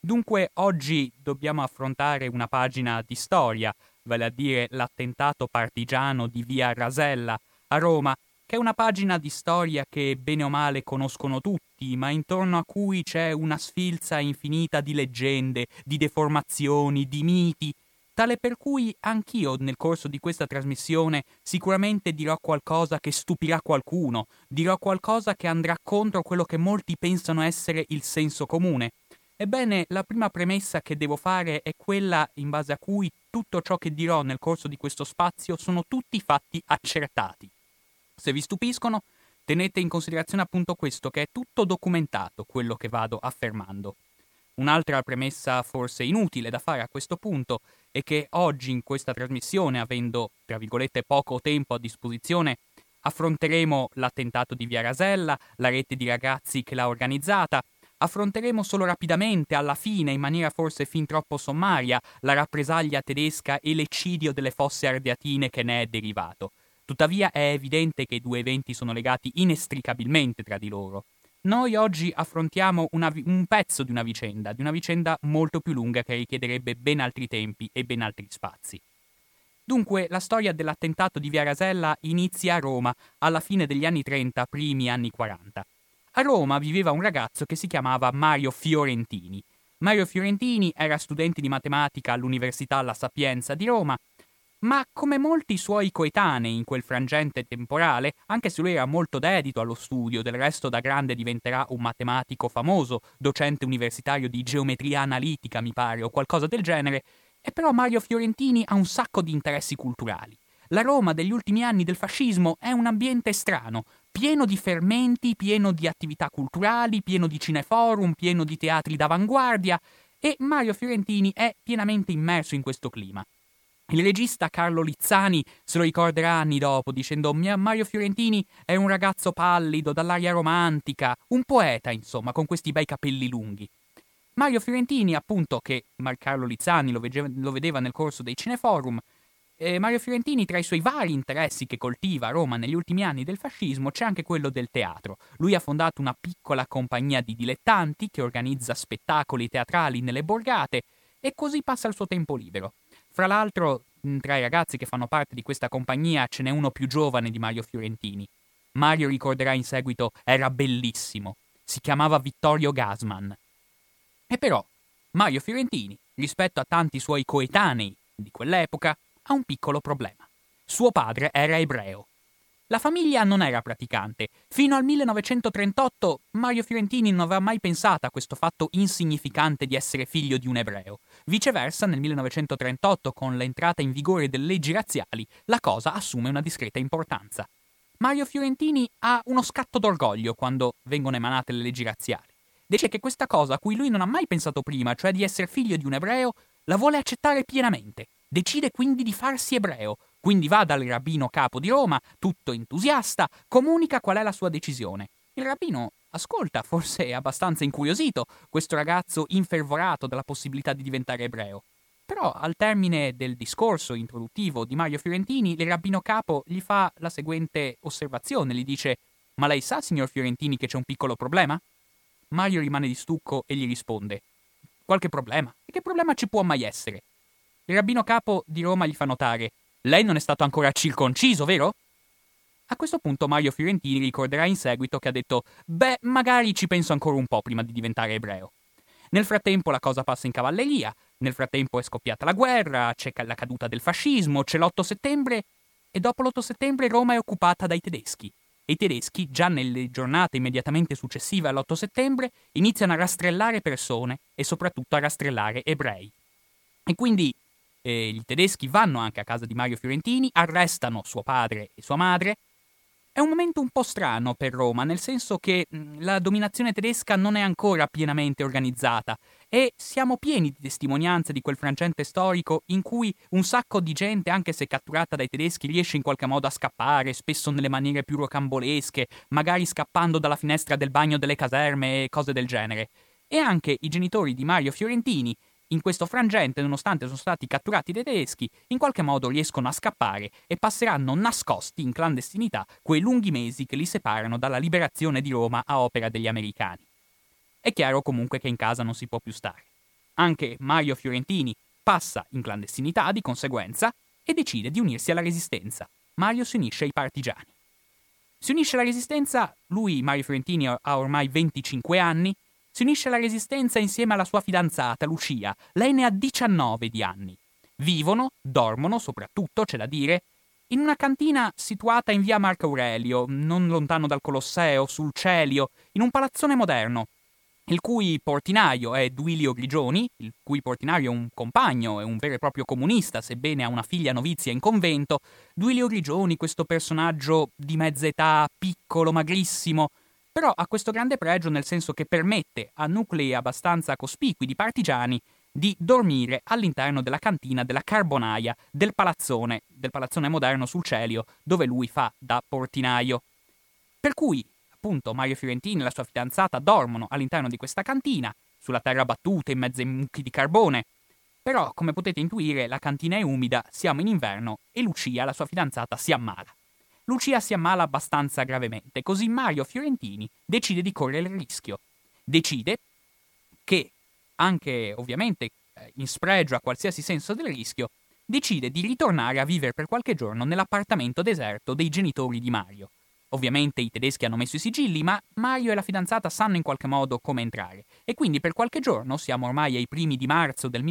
Dunque oggi dobbiamo affrontare una pagina di storia, vale a dire l'attentato partigiano di via Rasella a Roma, che è una pagina di storia che bene o male conoscono tutti, ma intorno a cui c'è una sfilza infinita di leggende, di deformazioni, di miti, tale per cui anch'io nel corso di questa trasmissione sicuramente dirò qualcosa che stupirà qualcuno, dirò qualcosa che andrà contro quello che molti pensano essere il senso comune. Ebbene, la prima premessa che devo fare è quella in base a cui tutto ciò che dirò nel corso di questo spazio sono tutti fatti accertati. Se vi stupiscono, tenete in considerazione appunto questo, che è tutto documentato quello che vado affermando. Un'altra premessa forse inutile da fare a questo punto è che oggi in questa trasmissione, avendo tra virgolette poco tempo a disposizione, affronteremo l'attentato di Via Rasella, la rete di ragazzi che l'ha organizzata, affronteremo solo rapidamente, alla fine, in maniera forse fin troppo sommaria, la rappresaglia tedesca e l'eccidio delle fosse ardeatine che ne è derivato. Tuttavia è evidente che i due eventi sono legati inestricabilmente tra di loro. Noi oggi affrontiamo un pezzo di una vicenda molto più lunga che richiederebbe ben altri tempi e ben altri spazi. Dunque, la storia dell'attentato di Via Rasella inizia a Roma alla fine degli anni 30, primi anni 40. A Roma viveva un ragazzo che si chiamava Mario Fiorentini. Mario Fiorentini era studente di matematica all'Università La Sapienza di Roma, ma come molti suoi coetanei in quel frangente temporale, anche se lui era molto dedito allo studio, del resto da grande diventerà un matematico famoso, docente universitario di geometria analitica, mi pare, o qualcosa del genere, e però Mario Fiorentini ha un sacco di interessi culturali. La Roma degli ultimi anni del fascismo è un ambiente strano, pieno di fermenti, pieno di attività culturali, pieno di cineforum, pieno di teatri d'avanguardia, e Mario Fiorentini è pienamente immerso in questo clima. Il regista Carlo Lizzani se lo ricorderà anni dopo, dicendo Mario Fiorentini è un ragazzo pallido, dall'aria romantica, un poeta, insomma, con questi bei capelli lunghi. Mario Fiorentini, appunto, che Carlo Lizzani lo vedeva nel corso dei cineforum, Mario Fiorentini, tra i suoi vari interessi che coltiva a Roma negli ultimi anni del fascismo, c'è anche quello del teatro. Lui ha fondato una piccola compagnia di dilettanti che organizza spettacoli teatrali nelle borgate e così passa il suo tempo libero. Fra l'altro, tra i ragazzi che fanno parte di questa compagnia ce n'è uno più giovane di Mario Fiorentini. Mario ricorderà in seguito, era bellissimo. Si chiamava Vittorio Gassman. E però Mario Fiorentini, rispetto a tanti suoi coetanei di quell'epoca, ha un piccolo problema. Suo padre era ebreo. La famiglia non era praticante. Fino al 1938 Mario Fiorentini non aveva mai pensato a questo fatto insignificante di essere figlio di un ebreo. Viceversa, nel 1938, con l'entrata in vigore delle leggi razziali, la cosa assume una discreta importanza. Mario Fiorentini ha uno scatto d'orgoglio quando vengono emanate le leggi razziali. Dice che questa cosa a cui lui non ha mai pensato prima, cioè di essere figlio di un ebreo, la vuole accettare pienamente. Decide quindi di farsi ebreo. Quindi va dal rabbino capo di Roma, tutto entusiasta, comunica qual è la sua decisione. Il rabbino ascolta, forse è abbastanza incuriosito, questo ragazzo infervorato dalla possibilità di diventare ebreo. Però al termine del discorso introduttivo di Mario Fiorentini, il rabbino capo gli fa la seguente osservazione, gli dice «Ma lei sa, signor Fiorentini, che c'è un piccolo problema?» Mario rimane di stucco e gli risponde «Qualche problema? E che problema ci può mai essere?» Il rabbino capo di Roma gli fa notare «Lei non è stato ancora circonciso, vero?» A questo punto Mario Fiorentini ricorderà in seguito che ha detto «Beh, magari ci penso ancora un po' prima di diventare ebreo». Nel frattempo la cosa passa in cavalleria, nel frattempo è scoppiata la guerra, c'è la caduta del fascismo, c'è l'8 settembre e dopo l'8 settembre Roma è occupata dai tedeschi. E i tedeschi, già nelle giornate immediatamente successive all'8 settembre, iniziano a rastrellare persone e soprattutto a rastrellare ebrei. E quindi i tedeschi vanno anche a casa di Mario Fiorentini, arrestano suo padre e sua madre. È un momento un po' strano per Roma, nel senso che la dominazione tedesca non è ancora pienamente organizzata e siamo pieni di testimonianze di quel frangente storico in cui un sacco di gente, anche se catturata dai tedeschi, riesce in qualche modo a scappare, spesso nelle maniere più rocambolesche, magari scappando dalla finestra del bagno delle caserme e cose del genere. E anche i genitori di Mario Fiorentini, in questo frangente, nonostante sono stati catturati dai tedeschi, in qualche modo riescono a scappare e passeranno nascosti in clandestinità quei lunghi mesi che li separano dalla liberazione di Roma a opera degli americani. È chiaro comunque che in casa non si può più stare. Anche Mario Fiorentini passa in clandestinità di conseguenza e decide di unirsi alla Resistenza. Mario si unisce ai partigiani. Si unisce alla Resistenza, lui, Mario Fiorentini, ha ormai 25 anni, si unisce alla Resistenza insieme alla sua fidanzata, Lucia. Lei ne ha 19 di anni. Vivono, dormono, soprattutto, c'è da dire, in una cantina situata in via Marco Aurelio, non lontano dal Colosseo, sul Celio, in un palazzone moderno, il cui portinaio è Duilio Grigioni, il cui portinaio è un compagno, è un vero e proprio comunista, sebbene ha una figlia novizia in convento. Duilio Grigioni, questo personaggio di mezza età, piccolo, magrissimo, però ha questo grande pregio nel senso che permette a nuclei abbastanza cospicui di partigiani di dormire all'interno della cantina della Carbonaia del palazzone moderno sul Celio, dove lui fa da portinaio. Per cui, appunto, Mario Fiorentini e la sua fidanzata dormono all'interno di questa cantina, sulla terra battuta in mezzo ai mucchi di carbone. Però, come potete intuire, la cantina è umida, siamo in inverno e Lucia, la sua fidanzata, si ammala. Lucia si ammala abbastanza gravemente, così Mario Fiorentini decide di correre il rischio. Decide che, anche ovviamente in spregio a qualsiasi senso del rischio, decide di ritornare a vivere per qualche giorno nell'appartamento deserto dei genitori di Mario. Ovviamente i tedeschi hanno messo i sigilli, ma Mario e la fidanzata sanno in qualche modo come entrare, e quindi per qualche giorno, siamo ormai ai primi di marzo del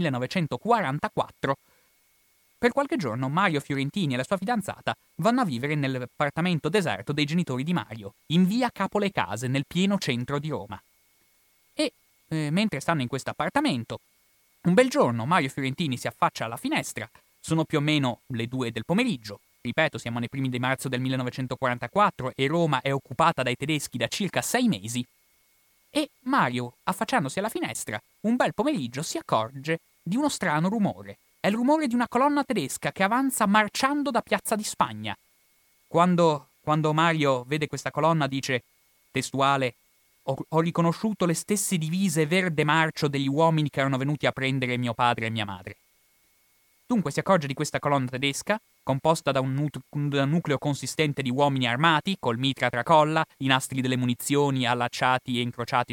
1944, per qualche giorno Mario Fiorentini e la sua fidanzata vanno a vivere nell'appartamento deserto dei genitori di Mario, in via Capo le Case, nel pieno centro di Roma. E mentre stanno in questo appartamento, un bel giorno Mario Fiorentini si affaccia alla finestra, sono più o meno le 2 del pomeriggio, ripeto, siamo nei primi di marzo del 1944 e Roma è occupata dai tedeschi da circa 6 mesi, e Mario, affacciandosi alla finestra, un bel pomeriggio si accorge di uno strano rumore. È il rumore di una colonna tedesca che avanza marciando da Piazza di Spagna. Quando Mario vede questa colonna dice, testuale, ho riconosciuto le stesse divise verde marcio degli uomini che erano venuti a prendere mio padre e mia madre. Dunque si accorge di questa colonna tedesca, composta da un nucleo consistente di uomini armati, col mitra a tracolla, i nastri delle munizioni allacciati e incrociati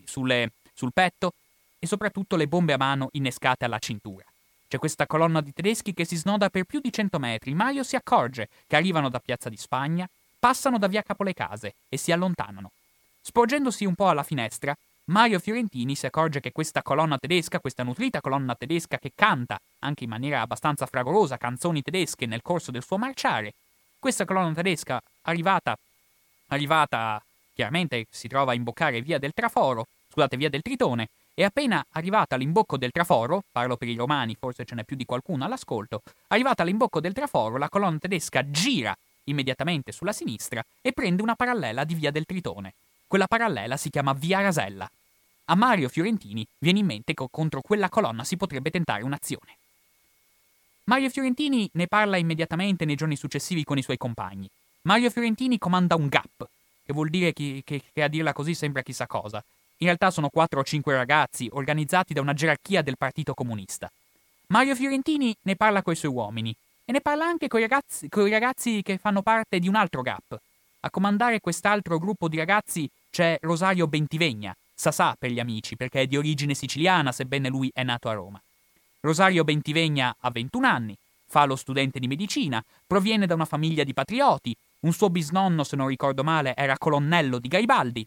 sul petto, e soprattutto le bombe a mano innescate alla cintura. C'è questa colonna di tedeschi che si snoda per più di 100 metri. Mario si accorge che arrivano da Piazza di Spagna, passano da via Capo le Case e si allontanano. Sporgendosi un po' alla finestra, Mario Fiorentini si accorge che questa colonna tedesca, questa nutrita colonna tedesca che canta, anche in maniera abbastanza fragorosa, canzoni tedesche nel corso del suo marciare, questa colonna tedesca arrivata, chiaramente si trova a imboccare via del Tritone, e appena arrivata all'imbocco del traforo, parlo per i romani, forse ce n'è più di qualcuno all'ascolto, arrivata all'imbocco del traforo, la colonna tedesca gira immediatamente sulla sinistra e prende una parallela di via del Tritone. Quella parallela si chiama via Rasella. A Mario Fiorentini viene in mente che contro quella colonna si potrebbe tentare un'azione. Mario Fiorentini ne parla immediatamente nei giorni successivi con i suoi compagni. Mario Fiorentini comanda un GAP, che vuol dire che a dirla così sembra chissà cosa. In realtà sono 4 o 5 ragazzi organizzati da una gerarchia del Partito Comunista. Mario Fiorentini ne parla coi suoi uomini e ne parla anche coi ragazzi che fanno parte di un altro GAP. A comandare quest'altro gruppo di ragazzi c'è Rosario Bentivegna, Sasà per gli amici, perché è di origine siciliana, sebbene lui è nato a Roma. Rosario Bentivegna ha 21 anni, fa lo studente di medicina, proviene da una famiglia di patrioti, un suo bisnonno, se non ricordo male, era colonnello di Garibaldi,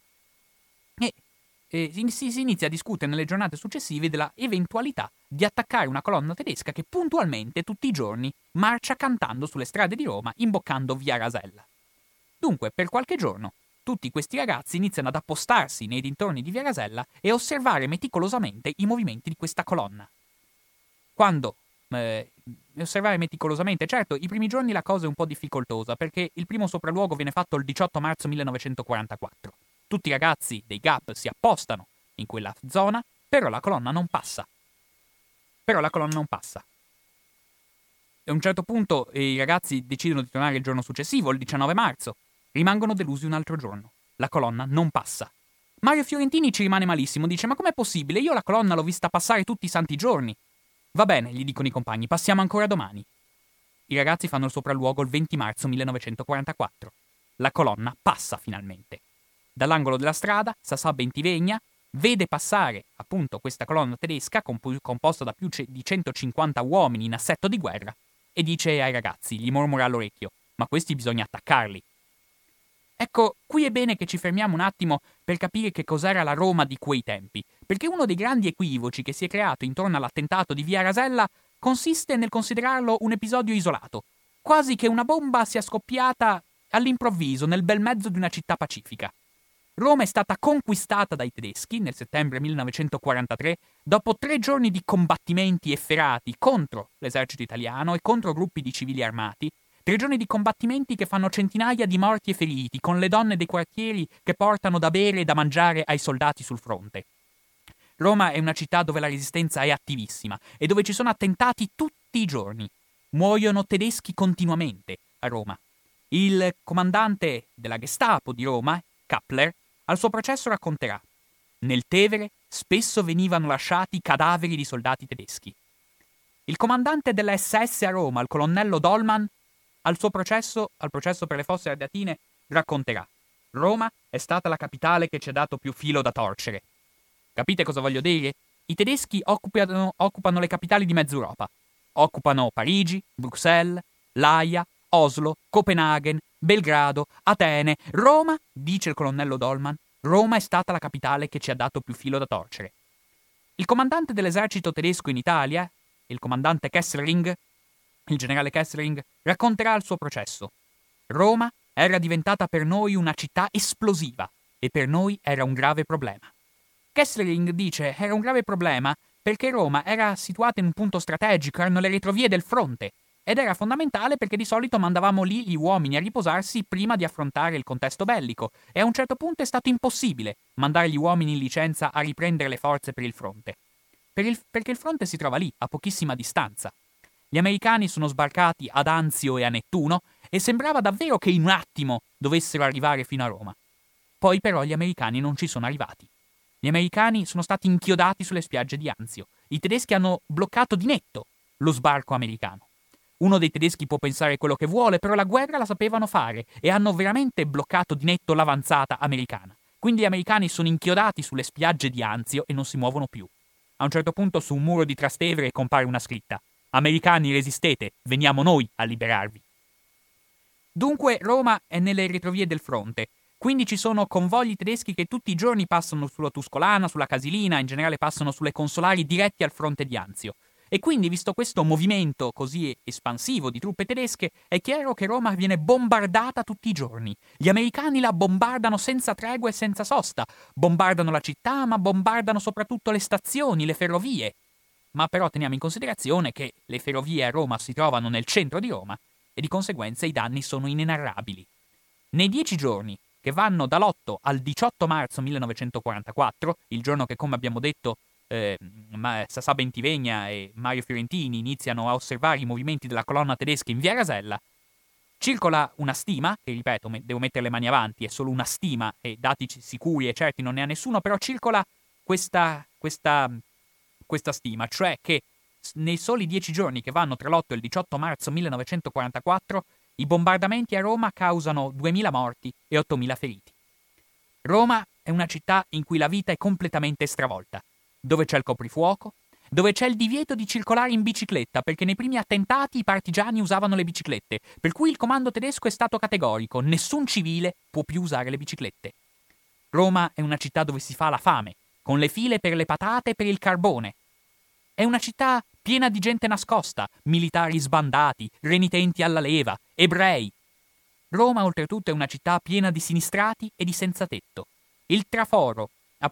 e si inizia a discutere nelle giornate successive della eventualità di attaccare una colonna tedesca che puntualmente tutti i giorni marcia cantando sulle strade di Roma imboccando via Rasella. Dunque, per qualche giorno, tutti questi ragazzi iniziano ad appostarsi nei dintorni di via Rasella e osservare meticolosamente i movimenti di questa colonna. Osservare meticolosamente, certo, i primi giorni la cosa è un po' difficoltosa perché il primo sopralluogo viene fatto il 18 marzo 1944. Tutti i ragazzi dei GAP si appostano in quella zona, però la colonna non passa. E a un certo punto i ragazzi decidono di tornare il giorno successivo, il 19 marzo. Rimangono delusi un altro giorno. La colonna non passa. Mario Fiorentini ci rimane malissimo, dice: ma com'è possibile? Io la colonna l'ho vista passare tutti i santi giorni. Va bene, gli dicono i compagni, passiamo ancora domani. I ragazzi fanno il sopralluogo il 20 marzo 1944. La colonna passa finalmente. Dall'angolo della strada, Sasà Bentivegna vede passare appunto questa colonna tedesca composta da più di 150 uomini in assetto di guerra e dice ai ragazzi, gli mormora all'orecchio: ma questi bisogna attaccarli. Ecco, qui è bene che ci fermiamo un attimo per capire che cos'era la Roma di quei tempi, perché uno dei grandi equivoci che si è creato intorno all'attentato di Via Rasella consiste nel considerarlo un episodio isolato, quasi che una bomba sia scoppiata all'improvviso nel bel mezzo di una città pacifica. Roma è stata conquistata dai tedeschi nel settembre 1943 dopo 3 giorni di combattimenti efferati contro l'esercito italiano e contro gruppi di civili armati, 3 giorni di combattimenti che fanno centinaia di morti e feriti, con le donne dei quartieri che portano da bere e da mangiare ai soldati sul fronte. Roma è una città dove la resistenza è attivissima e dove ci sono attentati tutti i giorni. Muoiono tedeschi continuamente a Roma. Il comandante della Gestapo di Roma, Kappler, al suo processo racconterà: nel Tevere spesso venivano lasciati cadaveri di soldati tedeschi. Il comandante della SS a Roma, il colonnello Dolman, al processo per le Fosse Ardeatine, racconterà: Roma è stata la capitale che ci ha dato più filo da torcere. Capite cosa voglio dire? I tedeschi occupano le capitali di mezza Europa. Occupano Parigi, Bruxelles, l'Aia, Oslo, Copenaghen, Belgrado, Atene. Roma, dice il colonnello Dolman, Roma è stata la capitale che ci ha dato più filo da torcere. Il comandante dell'esercito tedesco in Italia, il comandante Kesselring, il generale Kesselring, racconterà il suo processo. Roma era diventata per noi una città esplosiva e per noi era un grave problema. Kesselring dice era un grave problema perché Roma era situata in un punto strategico, erano le retrovie del fronte, ed era fondamentale perché di solito mandavamo lì gli uomini a riposarsi prima di affrontare il contesto bellico, e a un certo punto è stato impossibile mandare gli uomini in licenza a riprendere le forze per il fronte. Perché il fronte si trova lì, a pochissima distanza. Gli americani sono sbarcati ad Anzio e a Nettuno e sembrava davvero che in un attimo dovessero arrivare fino a Roma. Poi però gli americani non ci sono arrivati. Gli americani sono stati inchiodati sulle spiagge di Anzio. I tedeschi hanno bloccato di netto lo sbarco americano. Uno dei tedeschi può pensare quello che vuole, però la guerra la sapevano fare e hanno veramente bloccato di netto l'avanzata americana. Quindi gli americani sono inchiodati sulle spiagge di Anzio e non si muovono più. A un certo punto su un muro di Trastevere compare una scritta: americani, resistete, veniamo noi a liberarvi. Dunque Roma è nelle retrovie del fronte, quindi ci sono convogli tedeschi che tutti i giorni passano sulla Tuscolana, sulla Casilina, in generale passano sulle consolari diretti al fronte di Anzio. E quindi, visto questo movimento così espansivo di truppe tedesche, è chiaro che Roma viene bombardata tutti i giorni. Gli americani la bombardano senza tregua e senza sosta. Bombardano la città, ma bombardano soprattutto le stazioni, le ferrovie. Ma però teniamo in considerazione che le ferrovie a Roma si trovano nel centro di Roma e di conseguenza i danni sono inenarrabili. Nei 10 giorni che vanno dall'8 al 18 marzo 1944, il giorno che, come abbiamo detto, Sassà Bentivegna e Mario Fiorentini iniziano a osservare i movimenti della colonna tedesca in Via Rasella, circola una stima, che ripeto, devo mettere le mani avanti, è solo una stima e dati sicuri e certi non ne ha nessuno, però circola questa stima, cioè che nei soli 10 giorni che vanno tra l'8 e il 18 marzo 1944 i bombardamenti a Roma causano 2.000 morti e 8.000 feriti. Roma è una città in cui la vita è completamente stravolta, dove c'è il coprifuoco, dove c'è il divieto di circolare in bicicletta, perché nei primi attentati i partigiani usavano le biciclette, per cui il comando tedesco è stato categorico: nessun civile può più usare le biciclette. Roma è una città dove si fa la fame, con le file per le patate e per il carbone. È una città piena di gente nascosta, militari sbandati, renitenti alla leva, ebrei. Roma, oltretutto, è una città piena di sinistrati e di senzatetto. Il traforo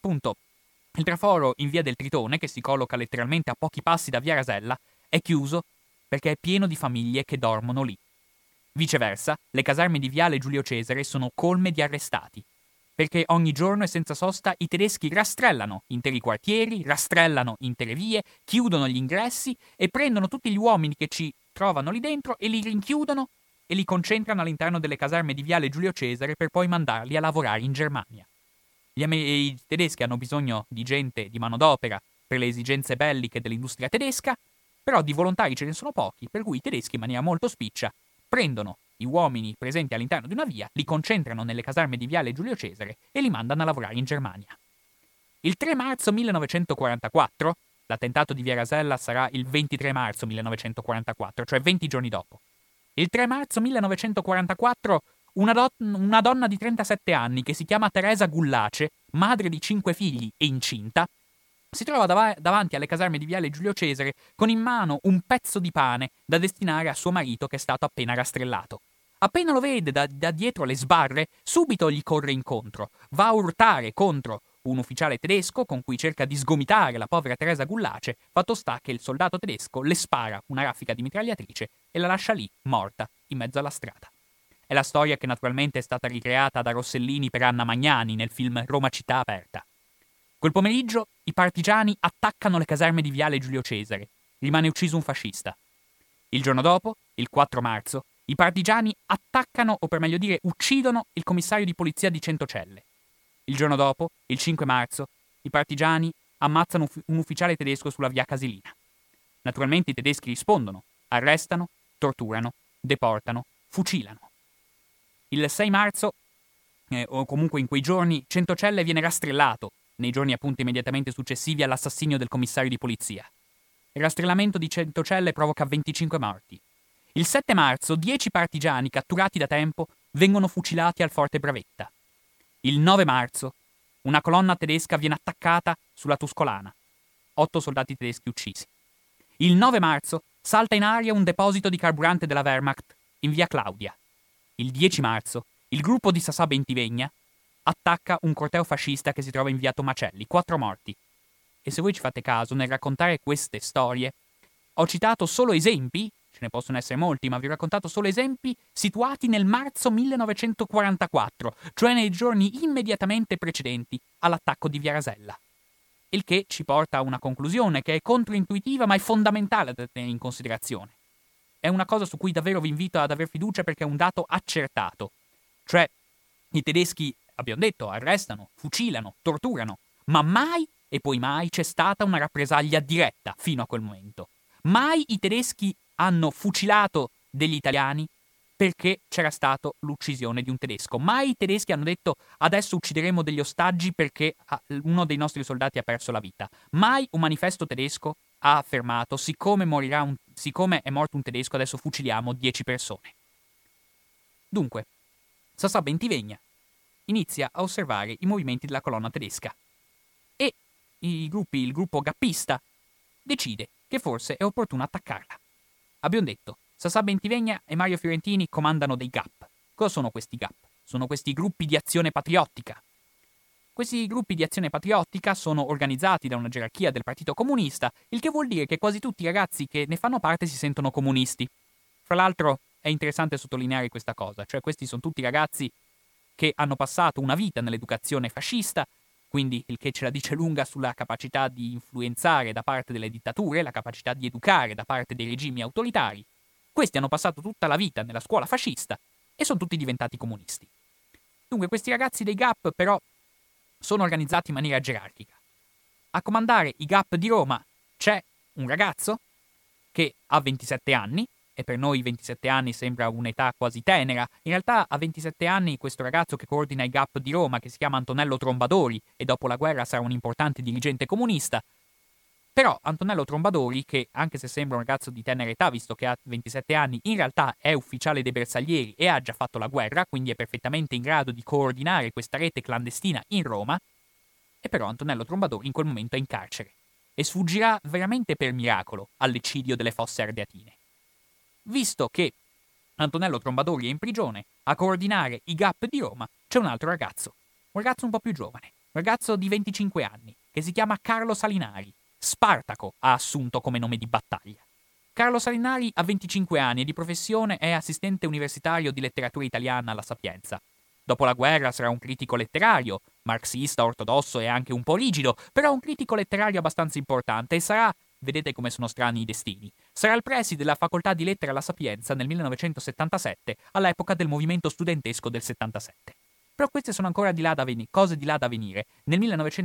in via del Tritone, che si colloca letteralmente a pochi passi da via Rasella, è chiuso perché è pieno di famiglie che dormono lì. Viceversa, le caserme di viale Giulio Cesare sono colme di arrestati, perché ogni giorno e senza sosta i tedeschi rastrellano interi quartieri, rastrellano intere vie, chiudono gli ingressi e prendono tutti gli uomini che ci trovano lì dentro e li rinchiudono e li concentrano all'interno delle caserme di viale Giulio Cesare per poi mandarli a lavorare in Germania. I tedeschi hanno bisogno di gente, di manodopera, per le esigenze belliche dell'industria tedesca, però di volontari ce ne sono pochi, per cui i tedeschi in maniera molto spiccia prendono i uomini presenti all'interno di una via, li concentrano nelle caserme di viale Giulio Cesare e li mandano a lavorare in Germania. Il 3 marzo 1944, l'attentato di Via Rasella sarà il 23 marzo 1944, cioè 20 giorni dopo. Il 3 marzo 1944 una donna di 37 anni che si chiama Teresa Gullace, madre di 5 figli e incinta, si trova davanti alle caserme di Viale Giulio Cesare con in mano un pezzo di pane da destinare a suo marito che è stato appena rastrellato. Appena lo vede da dietro le sbarre, subito gli corre incontro, va a urtare contro un ufficiale tedesco con cui cerca di sgomitare la povera Teresa Gullace. Fatto sta che il soldato tedesco le spara una raffica di mitragliatrice e la lascia lì, morta, in mezzo alla strada. È la storia che naturalmente è stata ricreata da Rossellini per Anna Magnani nel film Roma città aperta. Quel pomeriggio i partigiani attaccano le caserme di Viale Giulio Cesare. Rimane ucciso un fascista. Il giorno dopo, il 4 marzo, i partigiani attaccano, o per meglio dire uccidono, il commissario di polizia di Centocelle. Il giorno dopo, il 5 marzo, i partigiani ammazzano un ufficiale tedesco sulla via Casilina. Naturalmente i tedeschi rispondono, arrestano, torturano, deportano, fucilano. Il 6 marzo, o comunque in quei giorni, Centocelle viene rastrellato, nei giorni appunto immediatamente successivi all'assassinio del commissario di polizia. Il rastrellamento di Centocelle provoca 25 morti. Il 7 marzo 10 partigiani catturati da tempo vengono fucilati al Forte Bravetta. Il 9 marzo una colonna tedesca viene attaccata sulla Tuscolana. 8 soldati tedeschi uccisi. Il 9 marzo salta in aria un deposito di carburante della Wehrmacht in via Claudia. Il 10 marzo il gruppo di Sassà Bentivegna attacca un corteo fascista che si trova in via Tomacelli, 4 morti. E se voi ci fate caso, nel raccontare queste storie, ho citato solo esempi, ce ne possono essere molti, ma vi ho raccontato solo esempi situati nel marzo 1944, cioè nei giorni immediatamente precedenti all'attacco di Via Rasella. Il che ci porta a una conclusione che è controintuitiva ma è fondamentale da tenere in considerazione. È una cosa su cui davvero vi invito ad aver fiducia perché è un dato accertato. Cioè, i tedeschi, abbiamo detto, arrestano, fucilano, torturano, ma mai e poi mai c'è stata una rappresaglia diretta fino a quel momento. Mai i tedeschi hanno fucilato degli italiani perché c'era stata l'uccisione di un tedesco. Mai i tedeschi hanno detto adesso uccideremo degli ostaggi perché uno dei nostri soldati ha perso la vita. Mai un manifesto tedesco ha affermato siccome è morto un tedesco adesso fuciliamo 10 persone. Dunque, Sassà Bentivegna inizia a osservare i movimenti della colonna tedesca e il gruppo gappista decide che forse è opportuno attaccarla. Abbiamo detto, Sassà Bentivegna e Mario Fiorentini comandano dei GAP. Cosa sono questi GAP? Sono questi gruppi di azione patriottica. Questi gruppi di azione patriottica sono organizzati da una gerarchia del Partito Comunista, il che vuol dire che quasi tutti i ragazzi che ne fanno parte si sentono comunisti. Fra l'altro è interessante sottolineare questa cosa, cioè questi sono tutti ragazzi che hanno passato una vita nell'educazione fascista, quindi il che ce la dice lunga sulla capacità di influenzare da parte delle dittature, la capacità di educare da parte dei regimi autoritari. Questi hanno passato tutta la vita nella scuola fascista e sono tutti diventati comunisti. Dunque questi ragazzi dei GAP però sono organizzati in maniera gerarchica. A comandare i GAP di Roma c'è un ragazzo che ha 27 anni, e per noi 27 anni sembra un'età quasi tenera. In realtà a 27 anni questo ragazzo che coordina i GAP di Roma, che si chiama Antonello Trombadori, e dopo la guerra sarà un importante dirigente comunista. Però Antonello Trombadori, che anche se sembra un ragazzo di tenera età, visto che ha 27 anni, in realtà è ufficiale dei bersaglieri e ha già fatto la guerra, quindi è perfettamente in grado di coordinare questa rete clandestina in Roma. E però Antonello Trombadori in quel momento è in carcere e sfuggirà veramente per miracolo all'eccidio delle Fosse Ardeatine. Visto che Antonello Trombadori è in prigione, a coordinare i GAP di Roma c'è un altro ragazzo, un ragazzo un po' più giovane, un ragazzo di 25 anni, che si chiama Carlo Salinari. Spartaco ha assunto come nome di battaglia. Carlo Salinari ha 25 anni e di professione è assistente universitario di letteratura italiana alla Sapienza. Dopo la guerra sarà un critico letterario, marxista, ortodosso e anche un po' rigido, però un critico letterario abbastanza importante e sarà, vedete come sono strani i destini, sarà il preside della facoltà di lettere alla Sapienza nel 1977, all'epoca del movimento studentesco del 77. Però queste sono ancora cose di là da venire. Nel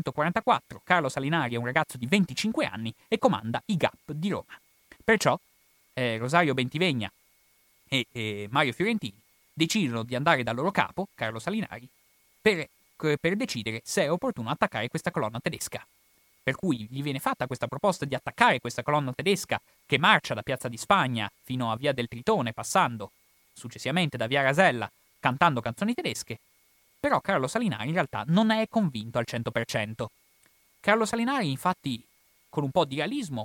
1944 Carlo Salinari è un ragazzo di 25 anni e comanda i GAP di Roma. Perciò Rosario Bentivegna e Mario Fiorentini decidono di andare dal loro capo, Carlo Salinari, per per decidere se è opportuno attaccare questa colonna tedesca. Per cui gli viene fatta questa proposta di attaccare questa colonna tedesca che marcia da Piazza di Spagna fino a Via del Tritone, passando successivamente da Via Rasella, cantando canzoni tedesche. Però Carlo Salinari in realtà non è convinto al 100%. Carlo Salinari, infatti, con un po' di realismo,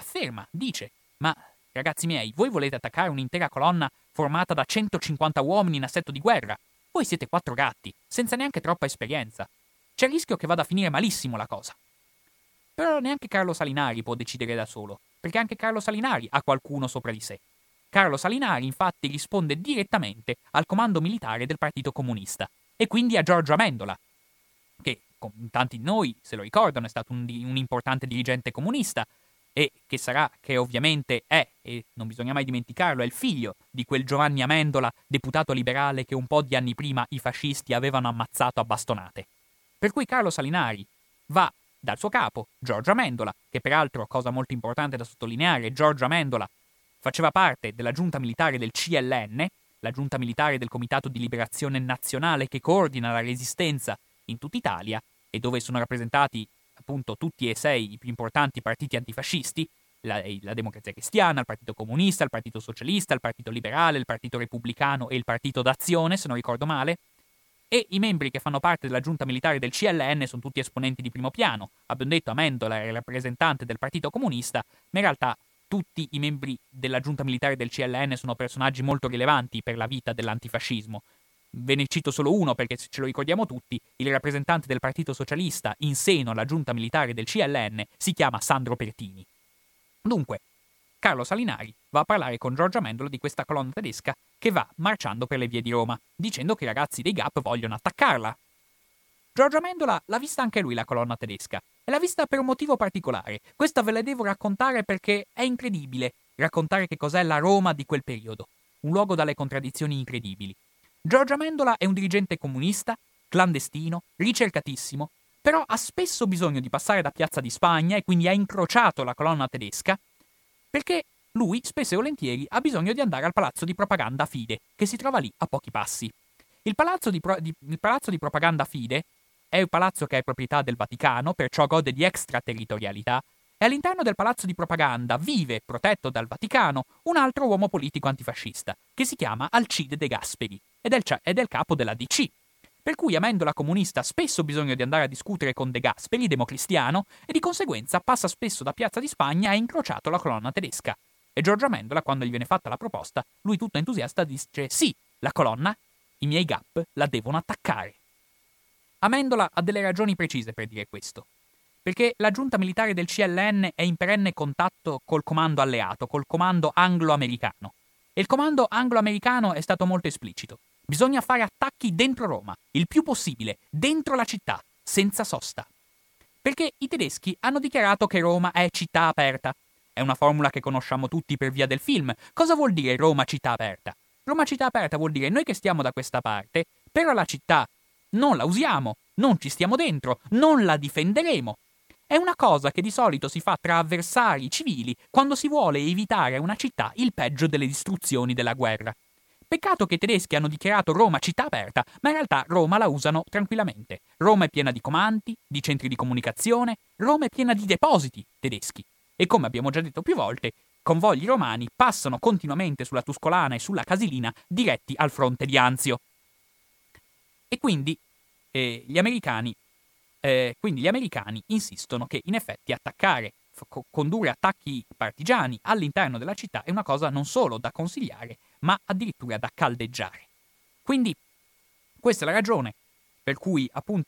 dice: ma ragazzi miei, voi volete attaccare un'intera colonna formata da 150 uomini in assetto di guerra? Voi siete 4 gatti, senza neanche troppa esperienza. C'è il rischio che vada a finire malissimo la cosa. Però neanche Carlo Salinari può decidere da solo, perché anche Carlo Salinari ha qualcuno sopra di sé. Carlo Salinari, infatti, risponde direttamente al comando militare del Partito Comunista, e quindi a Giorgio Amendola, che, come tanti di noi se lo ricordano, è stato un importante dirigente comunista, e che ovviamente è, e non bisogna mai dimenticarlo, è il figlio di quel Giovanni Amendola, deputato liberale che un po' di anni prima i fascisti avevano ammazzato a bastonate. Per cui Carlo Salinari va dal suo capo, Giorgio Amendola, che peraltro, cosa molto importante da sottolineare, Giorgio Amendola faceva parte della giunta militare del CLN, la giunta militare del Comitato di Liberazione Nazionale che coordina la resistenza in tutta Italia e dove sono rappresentati appunto tutti e 6 i più importanti partiti antifascisti, la Democrazia Cristiana, il Partito Comunista, il Partito Socialista, il Partito Liberale, il Partito Repubblicano e il Partito d'Azione, se non ricordo male, e i membri che fanno parte della giunta militare del CLN sono tutti esponenti di primo piano. Abbiamo detto Amendola è il rappresentante del Partito Comunista, ma in realtà tutti i membri della giunta militare del CLN sono personaggi molto rilevanti per la vita dell'antifascismo. Ve ne cito solo uno perché ce lo ricordiamo tutti: il rappresentante del Partito Socialista in seno alla giunta militare del CLN si chiama Sandro Pertini. Dunque, Carlo Salinari va a parlare con Giorgio Amendola di questa colonna tedesca che va marciando per le vie di Roma, dicendo che i ragazzi dei GAP vogliono attaccarla. Giorgio Amendola l'ha vista anche lui la colonna tedesca, e l'ha vista per un motivo particolare. Questa ve la devo raccontare perché è incredibile raccontare che cos'è la Roma di quel periodo, un luogo dalle contraddizioni incredibili. Giorgio Amendola è un dirigente comunista, clandestino, ricercatissimo, però ha spesso bisogno di passare da Piazza di Spagna e quindi ha incrociato la colonna tedesca perché lui, spesso e volentieri, ha bisogno di andare al palazzo di propaganda Fide, che si trova lì a pochi passi. Il palazzo di propaganda Fide è un palazzo che è proprietà del Vaticano, perciò gode di extraterritorialità, e all'interno del palazzo di propaganda vive, protetto dal Vaticano, un altro uomo politico antifascista, che si chiama Alcide De Gasperi, ed è del capo della DC. Per cui Amendola comunista ha spesso bisogno di andare a discutere con De Gasperi, democristiano, e di conseguenza passa spesso da Piazza di Spagna e ha incrociato la colonna tedesca. E Giorgio Amendola, quando gli viene fatta la proposta, lui tutto entusiasta dice: sì, la colonna, i miei GAP la devono attaccare. Amendola ha delle ragioni precise per dire questo, perché la giunta militare del CLN è in perenne contatto col comando alleato, col comando anglo-americano. E il comando anglo-americano è stato molto esplicito. Bisogna fare attacchi dentro Roma, il più possibile, dentro la città, senza sosta. Perché i tedeschi hanno dichiarato che Roma è città aperta. È una formula che conosciamo tutti per via del film. Cosa vuol dire Roma città aperta? Roma città aperta vuol dire noi che stiamo da questa parte, però la città non la usiamo, non ci stiamo dentro, non la difenderemo. È una cosa che di solito si fa tra avversari civili quando si vuole evitare a una città il peggio delle distruzioni della guerra. Peccato che i tedeschi hanno dichiarato Roma città aperta, ma in realtà Roma la usano tranquillamente. Roma è piena di comandi, di centri di comunicazione, Roma è piena di depositi tedeschi. E come abbiamo già detto più volte, convogli romani passano continuamente sulla Tuscolana e sulla Casilina diretti al fronte di Anzio. E quindi gli americani insistono che in effetti condurre attacchi partigiani all'interno della città è una cosa non solo da consigliare, ma addirittura da caldeggiare. Quindi questa è la ragione per cui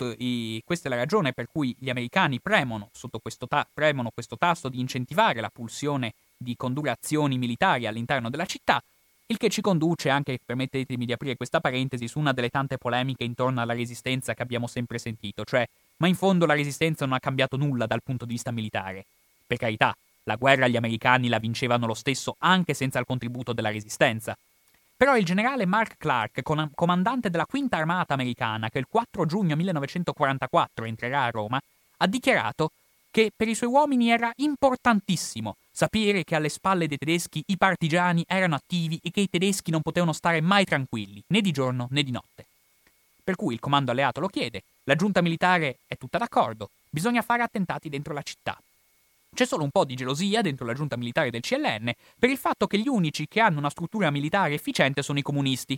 gli americani premono questo tasto di incentivare la pulsione di condurre azioni militari all'interno della città, il che ci conduce anche, permettetemi di aprire questa parentesi, su una delle tante polemiche intorno alla resistenza che abbiamo sempre sentito, cioè, ma in fondo la resistenza non ha cambiato nulla dal punto di vista militare. Per carità, la guerra gli americani la vincevano lo stesso anche senza il contributo della resistenza. Però il generale Mark Clark, comandante della Quinta Armata americana, che il 4 giugno 1944 entrerà a Roma, ha dichiarato che per i suoi uomini era importantissimo sapere che alle spalle dei tedeschi i partigiani erano attivi e che i tedeschi non potevano stare mai tranquilli, né di giorno né di notte. per cui il comando alleato lo chiede, la giunta militare è tutta d'accordo, bisogna fare attentati dentro la città. C'è solo un po' di gelosia dentro la giunta militare del CLN per il fatto che gli unici che hanno una struttura militare efficiente sono i comunisti.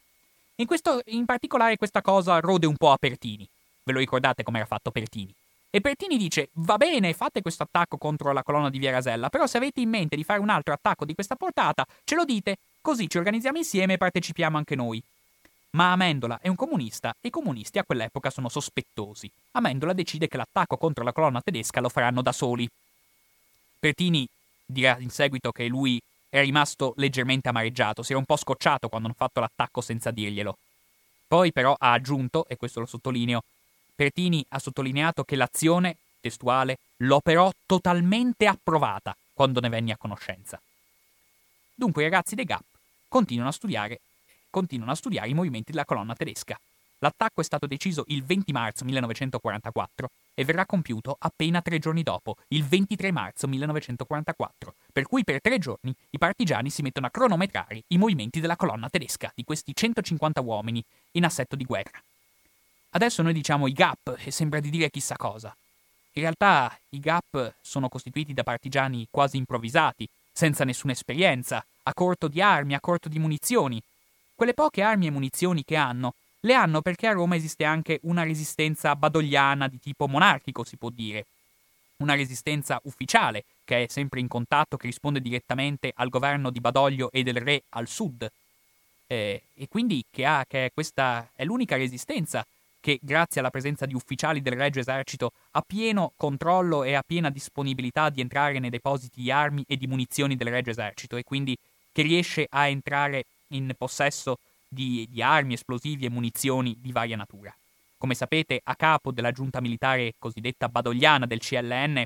In particolare questa cosa rode un po' a Pertini. Ve lo ricordate com'era fatto Pertini? E Pertini dice, va bene, fate questo attacco contro la colonna di Via Rasella, però se avete in mente di fare un altro attacco di questa portata, ce lo dite, così ci organizziamo insieme e partecipiamo anche noi. Ma Amendola è un comunista e i comunisti a quell'epoca sono sospettosi. Amendola decide che l'attacco contro la colonna tedesca lo faranno da soli. Pertini dirà in seguito che lui è rimasto leggermente amareggiato, si era un po' scocciato quando hanno fatto l'attacco senza dirglielo. Poi però ha aggiunto, e questo lo sottolineo, Pertini ha sottolineato che l'azione, testuale, l'operò totalmente approvata quando ne venne a conoscenza. Dunque i ragazzi dei GAP continuano a studiare i movimenti della colonna tedesca. L'attacco è stato deciso il 20 marzo 1944 e verrà compiuto appena 3 giorni dopo, il 23 marzo 1944, per cui per 3 giorni i partigiani si mettono a cronometrare i movimenti della colonna tedesca, di questi 150 uomini in assetto di guerra. Adesso noi diciamo i GAP e sembra di dire chissà cosa. In realtà i GAP sono costituiti da partigiani quasi improvvisati, senza nessuna esperienza, a corto di armi, a corto di munizioni. Quelle poche armi e munizioni che hanno, le hanno perché a Roma esiste anche una resistenza badogliana di tipo monarchico, si può dire. Una resistenza ufficiale, che è sempre in contatto, che risponde direttamente al governo di Badoglio e del re al sud. E quindi che questa è l'unica resistenza che, grazie alla presenza di ufficiali del Regio Esercito, ha pieno controllo e ha piena disponibilità di entrare nei depositi di armi e di munizioni del Regio Esercito, e quindi che riesce a entrare in possesso di armi, esplosivi e munizioni di varia natura. Come sapete, a capo della giunta militare cosiddetta badogliana del CLN,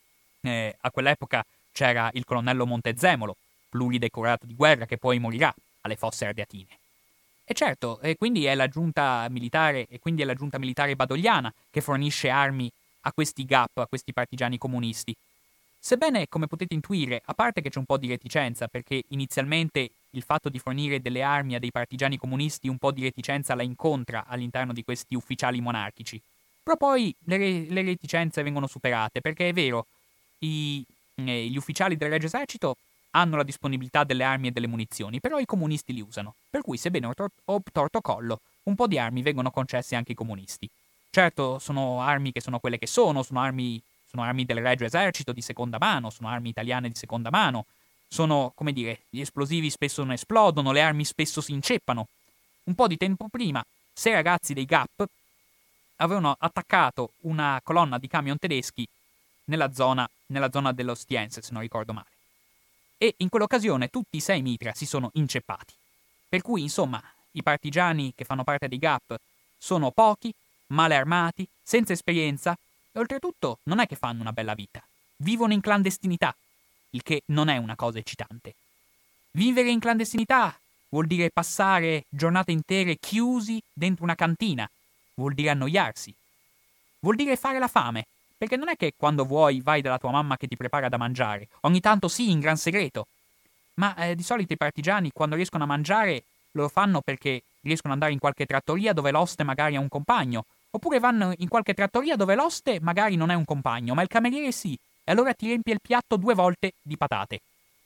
a quell'epoca c'era il colonnello Montezemolo, pluridecorato di guerra, che poi morirà alle Fosse Ardeatine. E certo, quindi è la giunta militare badogliana che fornisce armi a questi GAP, a questi partigiani comunisti. Sebbene, come potete intuire, a parte che c'è un po' di reticenza, perché inizialmente il fatto di fornire delle armi a dei partigiani comunisti un po' di reticenza la incontra all'interno di questi ufficiali monarchici. Però poi le reticenze vengono superate, perché è vero, gli ufficiali del Regio Esercito hanno la disponibilità delle armi e delle munizioni, però i comunisti li usano, per cui sebbene obtorto collo, un po' di armi vengono concesse anche ai comunisti. Certo, sono armi che sono quelle che sono armi del Regio Esercito di seconda mano, sono armi italiane di seconda mano, sono, come dire, gli esplosivi spesso non esplodono, le armi spesso si inceppano. Un po' di tempo prima, 6 ragazzi dei GAP avevano attaccato una colonna di camion tedeschi nella zona dell'Ostiense, se non ricordo male. E in quell'occasione tutti i 6 mitra si sono inceppati. Per cui, insomma, i partigiani che fanno parte dei GAP sono pochi, male armati, senza esperienza, e oltretutto non è che fanno una bella vita. Vivono in clandestinità, il che non è una cosa eccitante. Vivere in clandestinità vuol dire passare giornate intere chiusi dentro una cantina, vuol dire annoiarsi, vuol dire fare la fame, perché non è che quando vuoi vai dalla tua mamma che ti prepara da mangiare, ogni tanto sì, in gran segreto. Ma di solito i partigiani quando riescono a mangiare lo fanno perché riescono ad andare in qualche trattoria dove l'oste magari ha un compagno, oppure vanno in qualche trattoria dove l'oste magari non è un compagno, ma il cameriere sì, e allora ti riempie il piatto 2 volte di patate.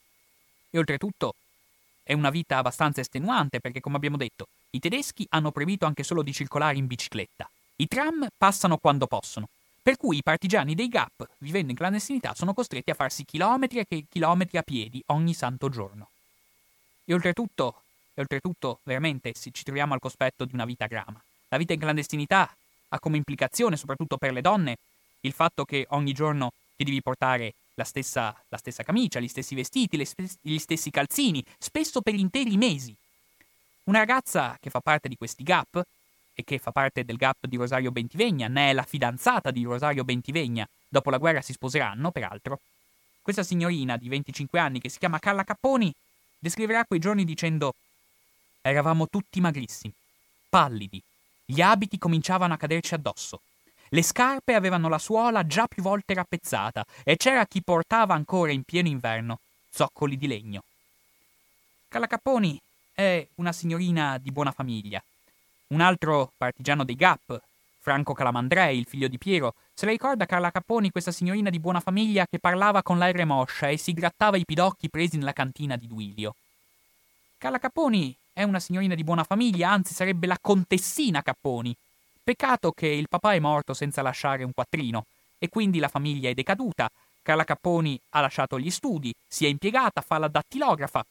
E oltretutto è una vita abbastanza estenuante perché, come abbiamo detto, i tedeschi hanno proibito anche solo di circolare in bicicletta. I tram passano quando possono. Per cui i partigiani dei GAP, vivendo in clandestinità, sono costretti a farsi chilometri e chilometri a piedi ogni santo giorno. E oltretutto, veramente, ci troviamo al cospetto di una vita grama. La vita in clandestinità ha come implicazione, soprattutto per le donne, il fatto che ogni giorno ti devi portare la stessa camicia, gli stessi vestiti, gli stessi calzini, spesso per interi mesi. Una ragazza che fa parte di questi GAP, e che fa parte del GAP di Rosario Bentivegna, ne è la fidanzata di Rosario Bentivegna, dopo la guerra si sposeranno, peraltro. Questa signorina di 25 anni, che si chiama Carla Capponi, descriverà quei giorni dicendo: eravamo tutti magrissimi, pallidi, gli abiti cominciavano a caderci addosso, le scarpe avevano la suola già più volte rappezzata e c'era chi portava ancora in pieno inverno zoccoli di legno. Carla Capponi è una signorina di buona famiglia. Un altro partigiano dei Gap, Franco Calamandrei, il figlio di Piero, se la ricorda Carla Capponi, questa signorina di buona famiglia che parlava con l'air moscia e si grattava i pidocchi presi nella cantina di Duilio. Carla Capponi è una signorina di buona famiglia, anzi sarebbe la contessina Capponi. Peccato che il papà è morto senza lasciare un quattrino e quindi la famiglia è decaduta. Carla Capponi ha lasciato gli studi, si è impiegata, fa la dattilografa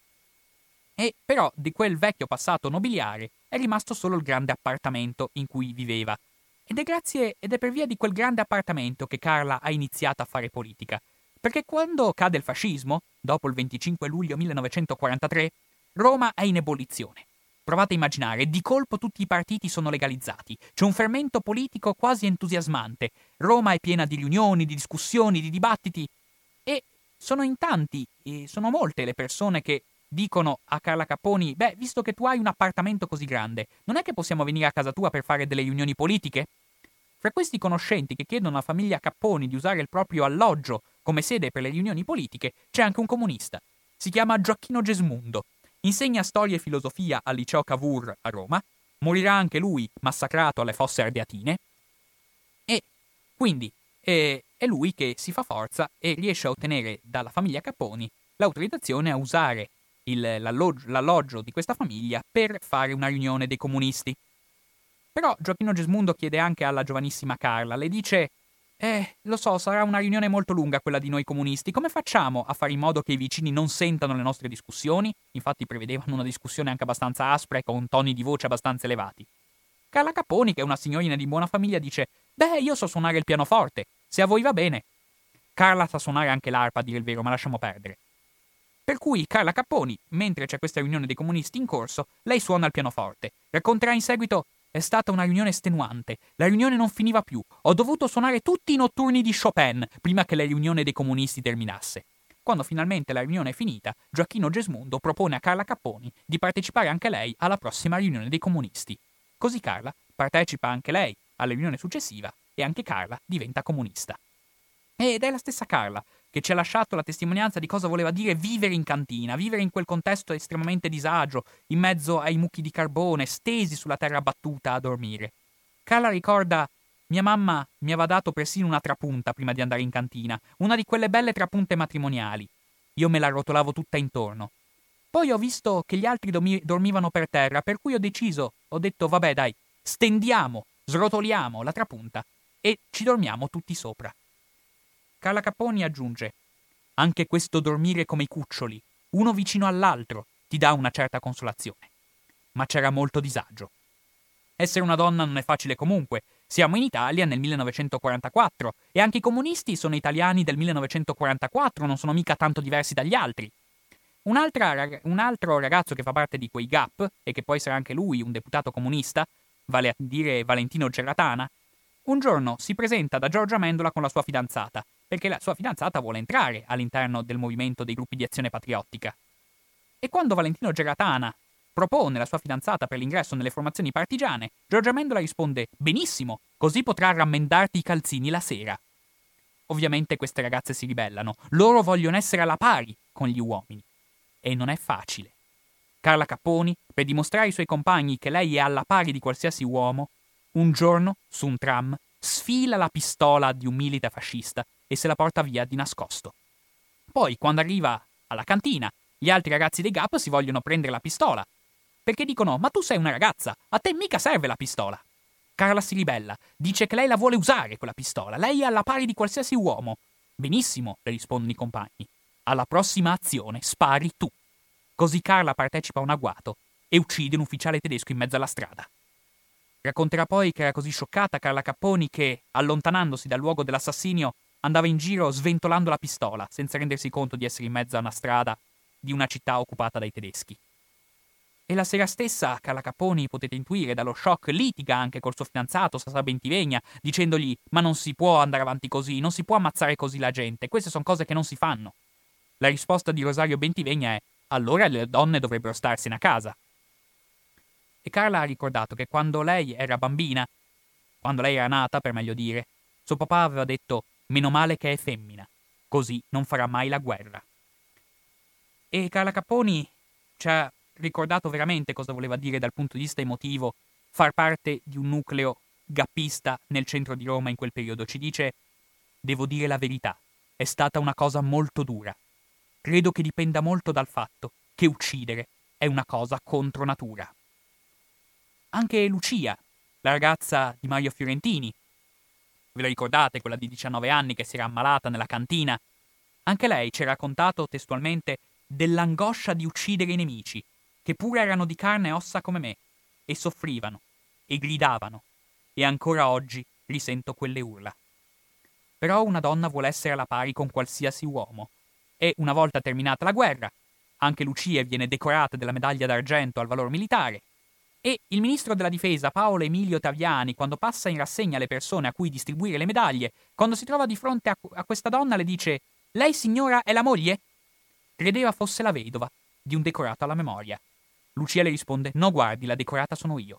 e però di quel vecchio passato nobiliare è rimasto solo il grande appartamento in cui viveva. Ed è per via di quel grande appartamento che Carla ha iniziato a fare politica. Perché quando cade il fascismo, dopo il 25 luglio 1943, Roma è in ebollizione. Provate a immaginare, di colpo tutti i partiti sono legalizzati. C'è un fermento politico quasi entusiasmante. Roma è piena di riunioni, di discussioni, di dibattiti. E sono in tanti, e sono molte le persone che dicono a Carla Capponi: beh, visto che tu hai un appartamento così grande, non è che possiamo venire a casa tua per fare delle riunioni politiche? Fra questi conoscenti che chiedono alla famiglia Capponi di usare il proprio alloggio come sede per le riunioni politiche, c'è anche un comunista. Si chiama Gioacchino Gesmundo. Insegna storia e filosofia al liceo Cavour a Roma. Morirà anche lui massacrato alle Fosse Ardeatine. E quindi è lui che si fa forza e riesce a ottenere dalla famiglia Capponi l'autorizzazione a usare l'alloggio di questa famiglia per fare una riunione dei comunisti. Però Gioacchino Gesmundo chiede anche alla giovanissima Carla, le dice: lo so, sarà una riunione molto lunga quella di noi comunisti, come facciamo a fare in modo che i vicini non sentano le nostre discussioni? Infatti prevedevano una discussione anche abbastanza aspra e con toni di voce abbastanza elevati. Carla Capponi, che è una signorina di buona famiglia, dice: beh, io so suonare il pianoforte, se a voi va bene. Carla sa suonare anche l'arpa, a dire il vero, ma lasciamo perdere. Per cui Carla Capponi, mentre c'è questa riunione dei comunisti in corso, lei suona il pianoforte. Racconterà in seguito: è stata una riunione estenuante. La riunione non finiva più. Ho dovuto suonare tutti i notturni di Chopin prima che la riunione dei comunisti terminasse. Quando finalmente la riunione è finita, Gioacchino Gesmundo propone a Carla Capponi di partecipare anche lei alla prossima riunione dei comunisti. Così Carla partecipa anche lei alla riunione successiva e anche Carla diventa comunista. Ed è la stessa Carla che ci ha lasciato la testimonianza di cosa voleva dire vivere in cantina, vivere in quel contesto estremamente disagio, in mezzo ai mucchi di carbone, stesi sulla terra battuta a dormire. Carla ricorda: mia mamma mi aveva dato persino una trapunta prima di andare in cantina, una di quelle belle trapunte matrimoniali. Io me la rotolavo tutta intorno. Poi ho visto che gli altri dormivano per terra, per cui ho detto vabbè dai, stendiamo, srotoliamo la trapunta e ci dormiamo tutti sopra. Carla Capponi aggiunge: anche questo dormire come i cuccioli, uno vicino all'altro, ti dà una certa consolazione. Ma c'era molto disagio. Essere una donna non è facile comunque. Siamo in Italia nel 1944 e anche i comunisti sono italiani del 1944, non sono mica tanto diversi dagli altri. Un altro ragazzo che fa parte di quei GAP, e che poi sarà anche lui un deputato comunista, vale a dire Valentino Geratana, un giorno si presenta da Giorgia Amendola con la sua fidanzata, perché la sua fidanzata vuole entrare all'interno del movimento dei gruppi di azione patriottica. E quando Valentino Geratana propone la sua fidanzata per l'ingresso nelle formazioni partigiane, Giorgia Amendola risponde: benissimo, così potrà rammendarti i calzini la sera. Ovviamente queste ragazze si ribellano, loro vogliono essere alla pari con gli uomini. E non è facile. Carla Capponi, per dimostrare ai suoi compagni che lei è alla pari di qualsiasi uomo, un giorno, su un tram, sfila la pistola di un milite fascista e se la porta via di nascosto. Poi, quando arriva alla cantina, gli altri ragazzi dei GAP si vogliono prendere la pistola, perché dicono: ma tu sei una ragazza, a te mica serve la pistola. Carla si ribella, dice che lei la vuole usare quella pistola, lei è alla pari di qualsiasi uomo. Benissimo, le rispondono i compagni. Alla prossima azione spari tu. Così Carla partecipa a un agguato e uccide un ufficiale tedesco in mezzo alla strada. Racconterà poi che era così scioccata Carla Capponi che, allontanandosi dal luogo dell'assassinio, andava in giro sventolando la pistola, senza rendersi conto di essere in mezzo a una strada di una città occupata dai tedeschi. E la sera stessa Carla Capponi, potete intuire dallo shock, litiga anche col suo fidanzato Sasà Bentivegna, dicendogli: ma non si può andare avanti così, non si può ammazzare così la gente, queste sono cose che non si fanno. La risposta di Rosario Bentivegna è: allora le donne dovrebbero starsene a casa. E Carla ha ricordato che quando lei era bambina, quando lei era nata, per meglio dire, suo papà aveva detto: meno male che è femmina, così non farà mai la guerra. E Carla Capponi ci ha ricordato veramente cosa voleva dire dal punto di vista emotivo far parte di un nucleo gappista nel centro di Roma in quel periodo. Ci dice: devo dire la verità, è stata una cosa molto dura. Credo che dipenda molto dal fatto che uccidere è una cosa contro natura. Anche Lucia, la ragazza di Mario Fiorentini, ve la ricordate, quella di 19 anni che si era ammalata nella cantina? Anche lei ci ha raccontato testualmente dell'angoscia di uccidere i nemici, che pure erano di carne e ossa come me, e soffrivano, e gridavano, e ancora oggi risento quelle urla. Però una donna vuole essere alla pari con qualsiasi uomo, e una volta terminata la guerra, anche Lucia viene decorata della medaglia d'argento al valor militare, e il ministro della difesa Paolo Emilio Taviani, quando passa in rassegna le persone a cui distribuire le medaglie, quando si trova di fronte a questa donna le dice: «Lei signora è la moglie?» Credeva fosse la vedova di un decorato alla memoria. Lucia le risponde: «No, guardi, la decorata sono io».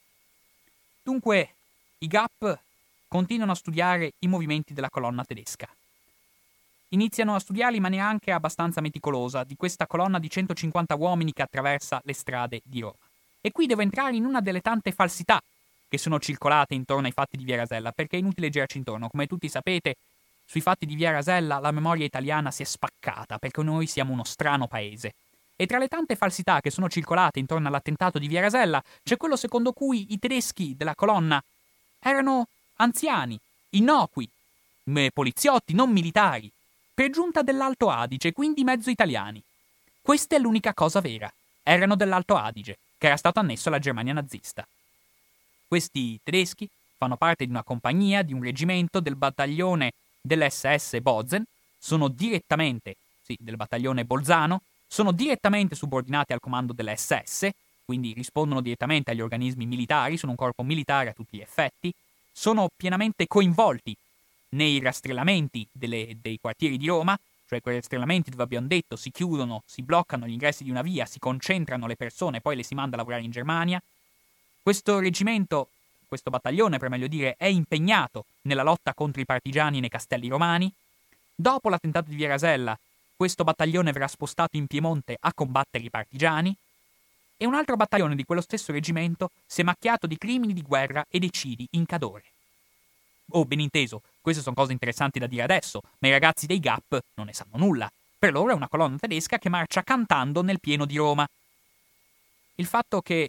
Dunque, i Gap continuano a studiare i movimenti della colonna tedesca. Iniziano a studiarli in maniera anche abbastanza meticolosa, di questa colonna di 150 uomini che attraversa le strade di Roma. E qui devo entrare in una delle tante falsità che sono circolate intorno ai fatti di Via Rasella, perché è inutile girarci intorno. Come tutti sapete, sui fatti di Via Rasella la memoria italiana si è spaccata, perché noi siamo uno strano paese. E tra le tante falsità che sono circolate intorno all'attentato di Via Rasella c'è quello secondo cui i tedeschi della colonna erano anziani, innocui, poliziotti, non militari, per giunta dell'Alto Adige, quindi mezzo italiani. Questa è l'unica cosa vera. Erano dell'Alto Adige, che era stato annesso alla Germania nazista. Questi tedeschi fanno parte di una compagnia, di un reggimento del battaglione dell'SS Bozen, sono direttamente, del battaglione Bolzano, sono direttamente subordinati al comando dell'SS, quindi rispondono direttamente agli organismi militari, sono un corpo militare a tutti gli effetti, sono pienamente coinvolti nei rastrellamenti dei quartieri di Roma, cioè quei rastrellamenti dove abbiamo detto si chiudono, si bloccano gli ingressi di una via, si concentrano le persone e poi le si manda a lavorare in Germania. Questo reggimento, questo battaglione per meglio dire, è impegnato nella lotta contro i partigiani nei castelli romani. Dopo l'attentato di Via Rasella, questo battaglione verrà spostato in Piemonte a combattere i partigiani, e un altro battaglione di quello stesso reggimento si è macchiato di crimini di guerra ed eccidi in Cadore. Oh, ben inteso, queste sono cose interessanti da dire adesso, ma i ragazzi dei Gap non ne sanno nulla. Per loro è una colonna tedesca che marcia cantando nel pieno di Roma. Il fatto che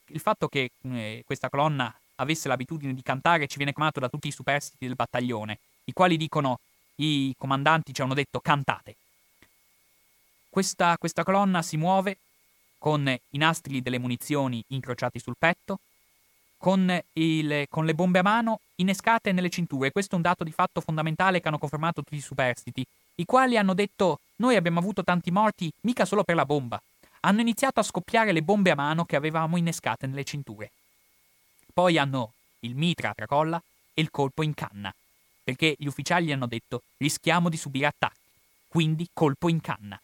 questa colonna avesse l'abitudine di cantare ci viene chiamato da tutti i superstiti del battaglione, i quali dicono: i comandanti ci hanno detto cantate. Questa colonna si muove con i nastri delle munizioni incrociati sul petto, con le bombe a mano innescate nelle cinture. Questo è un dato di fatto fondamentale che hanno confermato tutti i superstiti, i quali hanno detto: noi abbiamo avuto tanti morti mica solo per la bomba. Hanno iniziato a scoppiare le bombe a mano che avevamo innescate nelle cinture. Poi hanno il mitra a tracolla e il colpo in canna, perché gli ufficiali hanno detto: rischiamo di subire attacchi, quindi colpo in canna.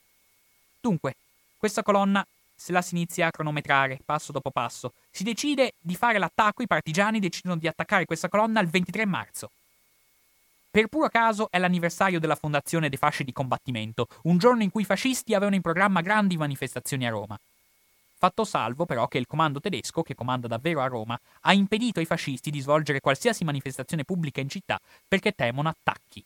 Dunque, questa colonna se la si inizia a cronometrare passo dopo passo. Si decide di fare l'attacco, i partigiani decidono di attaccare questa colonna il 23 marzo. Per puro caso è l'anniversario della fondazione dei fasci di combattimento, un giorno in cui i fascisti avevano in programma grandi manifestazioni a Roma. Fatto salvo però che il comando tedesco, che comanda davvero a Roma, ha impedito ai fascisti di svolgere qualsiasi manifestazione pubblica in città perché temono attacchi.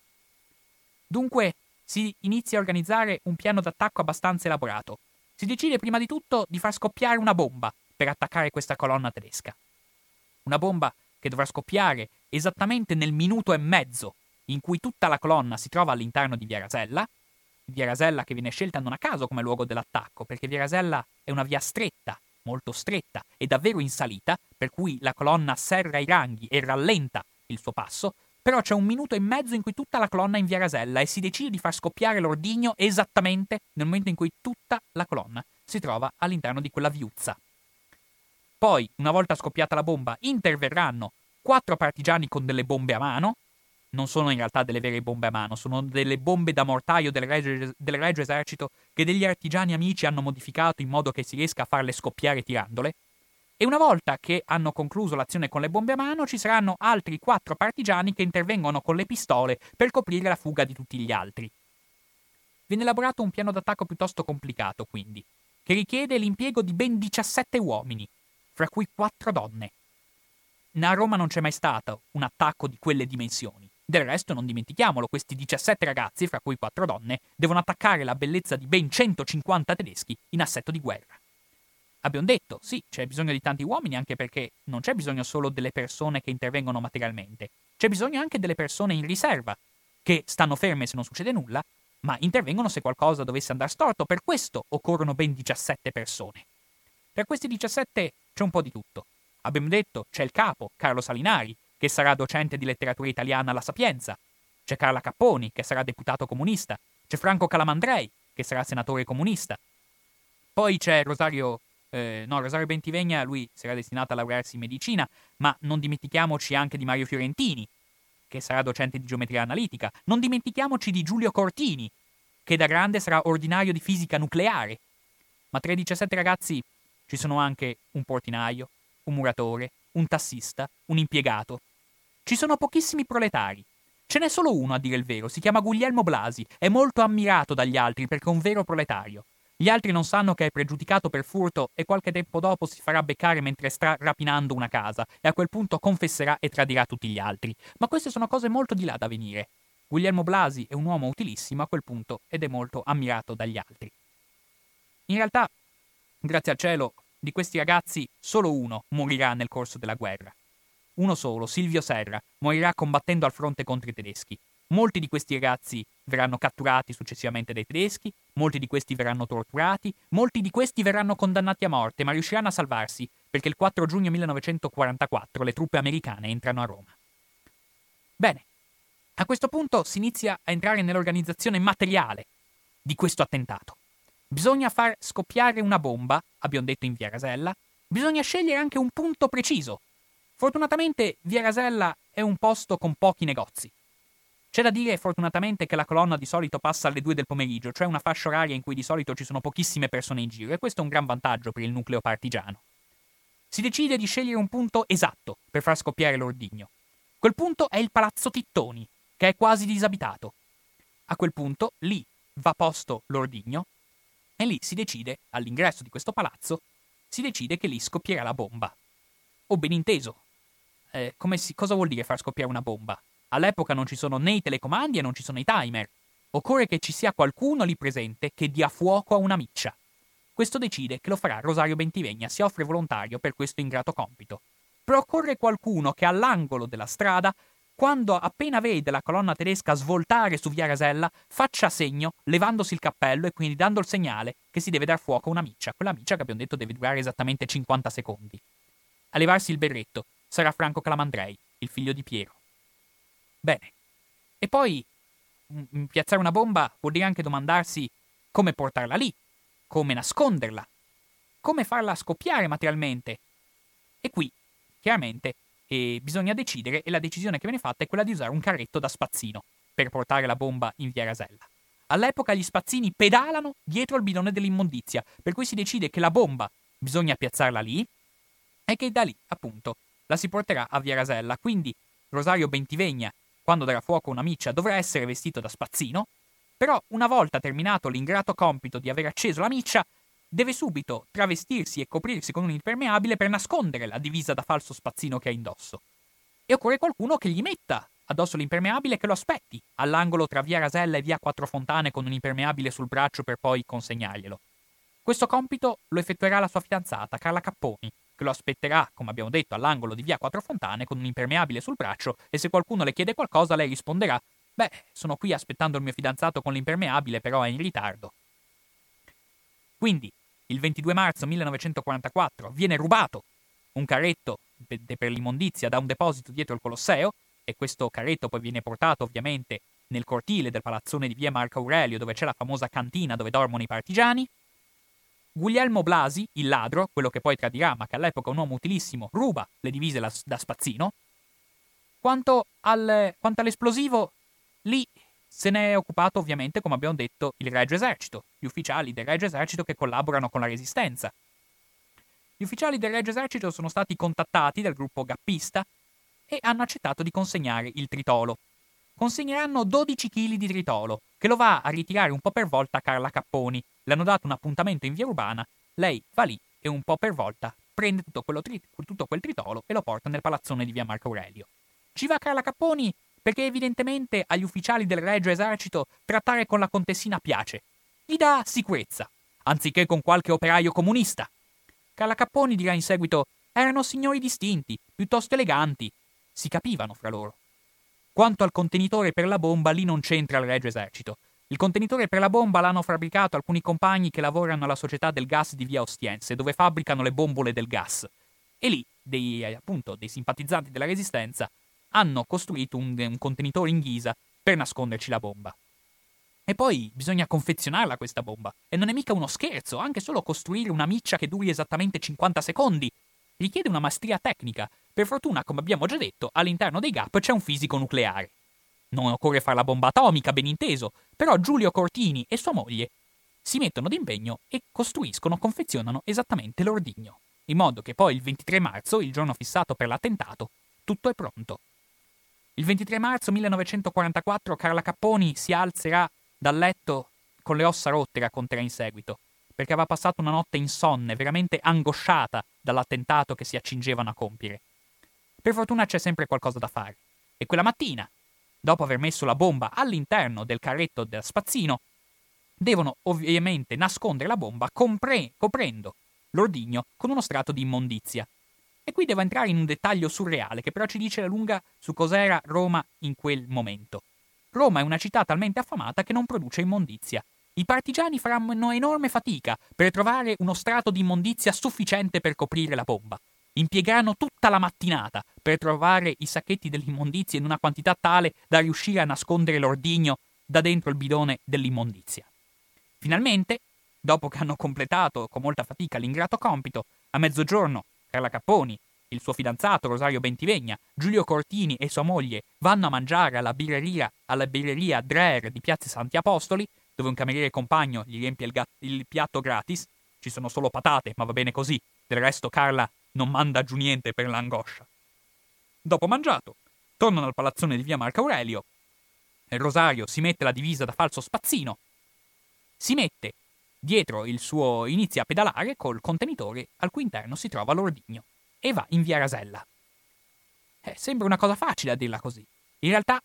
Dunque si inizia a organizzare un piano d'attacco abbastanza elaborato. Si decide prima di tutto di far scoppiare una bomba per attaccare questa colonna tedesca. Una bomba che dovrà scoppiare esattamente nel minuto e mezzo in cui tutta la colonna si trova all'interno di Via Rasella che viene scelta non a caso come luogo dell'attacco, perché Via Rasella è una via stretta, molto stretta e davvero in salita, per cui la colonna serra i ranghi e rallenta il suo passo, però c'è un minuto e mezzo in cui tutta la colonna è in Via Rasella e si decide di far scoppiare l'ordigno esattamente nel momento in cui tutta la colonna si trova all'interno di quella viuzza. Poi, una volta scoppiata la bomba, interverranno 4 partigiani con delle bombe a mano. Non sono in realtà delle vere bombe a mano, sono delle bombe da mortaio del Regio Esercito che degli artigiani amici hanno modificato in modo che si riesca a farle scoppiare tirandole. E una volta che hanno concluso l'azione con le bombe a mano, ci saranno altri 4 partigiani che intervengono con le pistole per coprire la fuga di tutti gli altri. Viene elaborato un piano d'attacco piuttosto complicato, quindi, che richiede l'impiego di ben 17 uomini. fra cui 4 donne. A Roma non c'è mai stato un attacco di quelle dimensioni. Del resto, non dimentichiamolo, questi 17 ragazzi, fra cui 4 donne, devono attaccare la bellezza di ben 150 tedeschi in assetto di guerra. Abbiamo detto, sì, c'è bisogno di tanti uomini, anche perché non c'è bisogno solo delle persone che intervengono materialmente, c'è bisogno anche delle persone in riserva, che stanno ferme se non succede nulla, ma intervengono se qualcosa dovesse andare storto. Per questo occorrono ben 17 persone. Per questi 17 c'è un po' di tutto. Abbiamo detto, c'è il capo, Carlo Salinari, che sarà docente di letteratura italiana alla Sapienza. C'è Carla Capponi, che sarà deputato comunista. C'è Franco Calamandrei, che sarà senatore comunista. Poi c'è Rosario Bentivegna, lui sarà destinato a laurearsi in medicina, ma non dimentichiamoci anche di Mario Fiorentini, che sarà docente di geometria analitica. Non dimentichiamoci di Giulio Cortini, che da grande sarà ordinario di fisica nucleare. Ma tra i 17 ragazzi ci sono anche un portinaio, un muratore, un tassista, un impiegato. Ci sono pochissimi proletari. Ce n'è solo uno, a dire il vero, si chiama Guglielmo Blasi, è molto ammirato dagli altri perché è un vero proletario. Gli altri non sanno che è pregiudicato per furto e qualche tempo dopo si farà beccare mentre sta rapinando una casa e a quel punto confesserà e tradirà tutti gli altri. Ma queste sono cose molto di là da venire. Guglielmo Blasi è un uomo utilissimo a quel punto ed è molto ammirato dagli altri. In realtà, grazie al cielo, di questi ragazzi solo uno morirà nel corso della guerra. Uno solo, Silvio Serra, morirà combattendo al fronte contro i tedeschi. Molti di questi ragazzi verranno catturati successivamente dai tedeschi, molti di questi verranno torturati, molti di questi verranno condannati a morte, ma riusciranno a salvarsi perché il 4 giugno 1944 le truppe americane entrano a Roma. Bene, a questo punto si inizia a entrare nell'organizzazione materiale di questo attentato. Bisogna far scoppiare una bomba, abbiamo detto in via Rasella, bisogna scegliere anche un punto preciso. Fortunatamente via Rasella è un posto con pochi negozi. C'è da dire fortunatamente che la colonna di solito passa alle 2 del pomeriggio, cioè una fascia oraria in cui di solito ci sono pochissime persone in giro, e questo è un gran vantaggio per il nucleo partigiano. Si decide di scegliere un punto esatto per far scoppiare l'ordigno. Quel punto è il Palazzo Tittoni, che è quasi disabitato. A quel punto, lì va posto l'ordigno, e lì si decide, all'ingresso di questo palazzo, si decide che lì scoppierà la bomba. O ben inteso, cosa vuol dire far scoppiare una bomba? All'epoca non ci sono né i telecomandi e non ci sono i timer. Occorre che ci sia qualcuno lì presente che dia fuoco a una miccia. Questo decide che lo farà Rosario Bentivegna, si offre volontario per questo ingrato compito. Però occorre qualcuno che all'angolo della strada, quando appena vede la colonna tedesca svoltare su via Rasella, faccia segno, levandosi il cappello e quindi dando il segnale che si deve dar fuoco a una miccia. Quella miccia che abbiamo detto deve durare esattamente 50 secondi. A levarsi il berretto sarà Franco Calamandrei, il figlio di Piero. Bene. E poi piazzare una bomba vuol dire anche domandarsi come portarla lì, come nasconderla, come farla scoppiare materialmente. E qui, chiaramente, bisogna decidere, e la decisione che viene fatta è quella di usare un carretto da spazzino per portare la bomba in via Rasella. All'epoca gli spazzini pedalano dietro il bidone dell'immondizia, per cui si decide che la bomba bisogna piazzarla lì e che da lì, appunto, la si porterà a via Rasella. Quindi Rosario Bentivegna, quando darà fuoco a una miccia, dovrà essere vestito da spazzino, però una volta terminato l'ingrato compito di aver acceso la miccia, deve subito travestirsi e coprirsi con un impermeabile per nascondere la divisa da falso spazzino che ha indosso. E occorre qualcuno che gli metta addosso l'impermeabile, che lo aspetti all'angolo tra via Rasella e via Quattro Fontane con un impermeabile sul braccio per poi consegnarglielo. Questo compito lo effettuerà la sua fidanzata, Carla Capponi, che lo aspetterà, come abbiamo detto, all'angolo di via Quattro Fontane con un impermeabile sul braccio, e se qualcuno le chiede qualcosa lei risponderà: «Beh, sono qui aspettando il mio fidanzato con l'impermeabile, però è in ritardo». Quindi, il 22 marzo 1944 viene rubato un carretto per l'immondizia da un deposito dietro il Colosseo, e questo carretto poi viene portato ovviamente nel cortile del palazzone di via Marco Aurelio, dove c'è la famosa cantina dove dormono i partigiani. Guglielmo Blasi, il ladro, quello che poi tradirà, ma che all'epoca è un uomo utilissimo, ruba le divise da spazzino. Quanto all'esplosivo, lì se ne è occupato ovviamente, come abbiamo detto, il Regio Esercito, gli ufficiali del Regio Esercito che collaborano con la Resistenza. Gli ufficiali del Regio Esercito sono stati contattati dal gruppo gappista e hanno accettato di consegnare il tritolo. Consegneranno 12 kg di tritolo, che lo va a ritirare un po' per volta a Carla Capponi. Le hanno dato un appuntamento in via Urbana, lei va lì e un po' per volta prende tutto quel tritolo e lo porta nel palazzone di via Marco Aurelio. Ci va Carla Capponi perché evidentemente agli ufficiali del Regio Esercito trattare con la contessina piace. Gli dà sicurezza, anziché con qualche operaio comunista. Carla Capponi dirà in seguito: erano signori distinti, piuttosto eleganti. Si capivano fra loro. Quanto al contenitore per la bomba, lì non c'entra il Regio Esercito. Il contenitore per la bomba l'hanno fabbricato alcuni compagni che lavorano alla società del gas di via Ostiense, dove fabbricano le bombole del gas. E lì, dei simpatizzanti della Resistenza, hanno costruito un contenitore in ghisa per nasconderci la bomba. E poi bisogna confezionarla questa bomba. E non è mica uno scherzo, anche solo costruire una miccia che duri esattamente 50 secondi. Richiede una maestria tecnica. Per fortuna, come abbiamo già detto, all'interno dei GAP c'è un fisico nucleare. Non occorre fare la bomba atomica, ben inteso, però Giulio Cortini e sua moglie si mettono d'impegno e confezionano esattamente l'ordigno, in modo che poi il 23 marzo, il giorno fissato per l'attentato, tutto è pronto. Il 23 marzo 1944 Carla Capponi si alzerà dal letto con le ossa rotte, racconterà in seguito, perché aveva passato una notte insonne, veramente angosciata dall'attentato che si accingevano a compiere. Per fortuna c'è sempre qualcosa da fare. E quella mattina, dopo aver messo la bomba all'interno del carretto del spazzino, devono ovviamente nascondere la bomba coprendo l'ordigno con uno strato di immondizia. E qui devo entrare in un dettaglio surreale che però ci dice la lunga su cos'era Roma in quel momento. Roma è una città talmente affamata che non produce immondizia. I partigiani faranno enorme fatica per trovare uno strato di immondizia sufficiente per coprire la bomba. Impiegheranno tutta la mattinata per trovare i sacchetti dell'immondizia in una quantità tale da riuscire a nascondere l'ordigno da dentro il bidone dell'immondizia. Finalmente, dopo che hanno completato con molta fatica l'ingrato compito, a mezzogiorno Carla Capponi, il suo fidanzato Rosario Bentivegna, Giulio Cortini e sua moglie vanno a mangiare alla birreria Dreher di Piazza Santi Apostoli, dove un cameriere compagno gli riempie il piatto gratis. Ci sono solo patate, ma va bene così. Del resto Carla non manda giù niente per l'angoscia. Dopo mangiato, tornano al palazzone di via Marco Aurelio. E Rosario si mette la divisa da falso spazzino, si mette dietro inizia a pedalare col contenitore al cui interno si trova l'ordigno e va in via Rasella. Sembra una cosa facile a dirla così. In realtà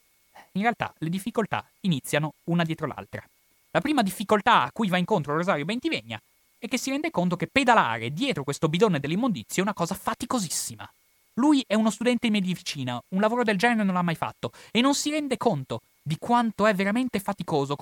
le difficoltà iniziano una dietro l'altra. La prima difficoltà a cui va incontro Rosario Bentivegna è che si rende conto che pedalare dietro questo bidone dell'immondizia è una cosa faticosissima. Lui è uno studente di medicina, un lavoro del genere non l'ha mai fatto e non si rende conto di quanto è veramente faticoso,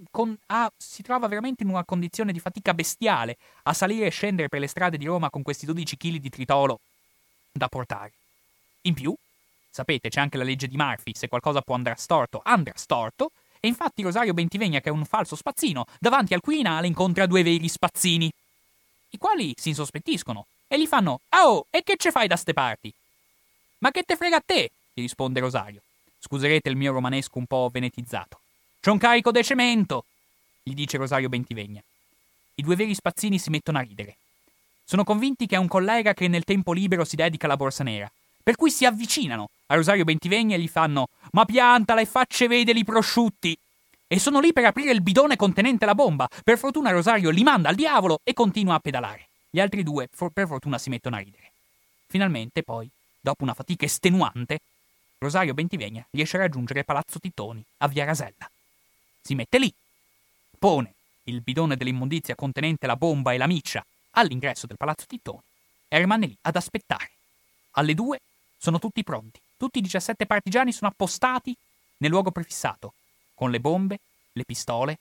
si trova veramente in una condizione di fatica bestiale a salire e scendere per le strade di Roma con questi 12 kg di tritolo da portare. In più, sapete, c'è anche la legge di Murphy, se qualcosa può andare storto, andrà storto, e infatti Rosario Bentivegna, che è un falso spazzino, davanti al Quirinale incontra due veri spazzini, i quali si insospettiscono e gli fanno: «Oh, e che ce fai da ste parti?» «Ma che te frega a te?» gli risponde Rosario. Scuserete il mio romanesco un po' venetizzato. «C'è un carico de cemento!» gli dice Rosario Bentivegna. I due veri spazzini si mettono a ridere. Sono convinti che è un collega che nel tempo libero si dedica alla borsa nera, per cui si avvicinano a Rosario Bentivegna e gli fanno: «Ma piantala e facce vedere i prosciutti!» E sono lì per aprire il bidone contenente la bomba. Per fortuna Rosario li manda al diavolo e continua a pedalare. Gli altri due, per fortuna, si mettono a ridere. Finalmente, poi, dopo una fatica estenuante, Rosario Bentivegna riesce a raggiungere Palazzo Tittoni, a via Rasella. Si mette lì, pone il bidone dell'immondizia contenente la bomba e la miccia all'ingresso del Palazzo Tittoni e rimane lì ad aspettare. Alle 2 sono tutti pronti. Tutti i 17 partigiani sono appostati nel luogo prefissato, con le bombe, le pistole.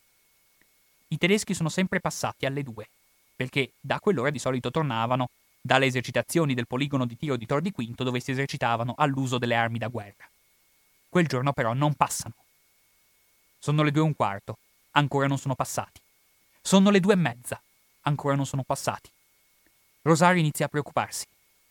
I tedeschi sono sempre passati alle 2, perché da quell'ora di solito tornavano dalle esercitazioni del poligono di tiro di Tor di Quinto, dove si esercitavano all'uso delle armi da guerra. Quel giorno però non passano. Sono le 2:15, ancora non sono passati. Sono le 2:30, ancora non sono passati. Rosario inizia a preoccuparsi.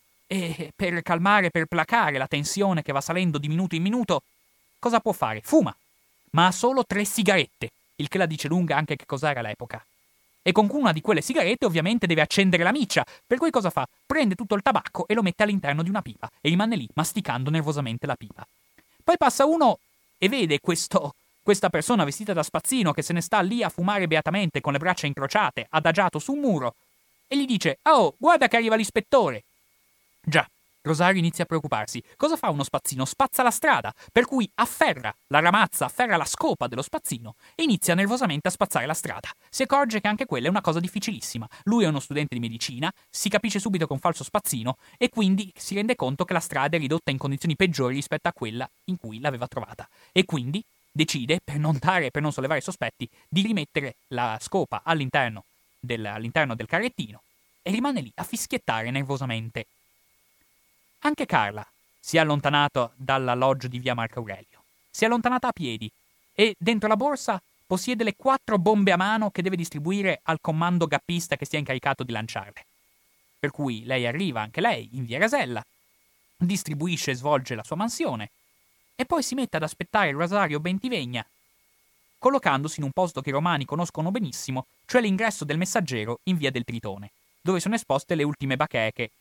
E per placare la tensione che va salendo di minuto in minuto, cosa può fare? Fuma, ma ha solo 3 sigarette, il che la dice lunga anche che cos'era l'epoca. E con una di quelle sigarette ovviamente deve accendere la miccia, per cui cosa fa? Prende tutto il tabacco e lo mette all'interno di una pipa e rimane lì masticando nervosamente la pipa. Poi passa uno e vede questa persona vestita da spazzino che se ne sta lì a fumare beatamente con le braccia incrociate, adagiato su un muro, e gli dice «Oh, guarda che arriva l'ispettore!». Già, Rosario inizia a preoccuparsi. Cosa fa uno spazzino? Spazza la strada, per cui afferra la ramazza, afferra la scopa dello spazzino e inizia nervosamente a spazzare la strada. Si accorge che anche quella è una cosa difficilissima. Lui è uno studente di medicina, si capisce subito che è un falso spazzino e quindi si rende conto che la strada è ridotta in condizioni peggiori rispetto a quella in cui l'aveva trovata. E quindi decide, per non sollevare sospetti, di rimettere la scopa all'interno del carrettino e rimane lì a fischiettare nervosamente. Anche Carla si è allontanato dall'alloggio di via Marco Aurelio. Si è allontanata a piedi e dentro la borsa possiede le 4 bombe a mano che deve distribuire al comando gappista che si è incaricato di lanciarle. Per cui lei arriva, anche lei, in via Rasella, distribuisce e svolge la sua mansione e poi si mette ad aspettare Rosario Bentivegna, collocandosi in un posto che i romani conoscono benissimo, cioè l'ingresso del Messaggero in via del Tritone, dove sono esposte le bacheche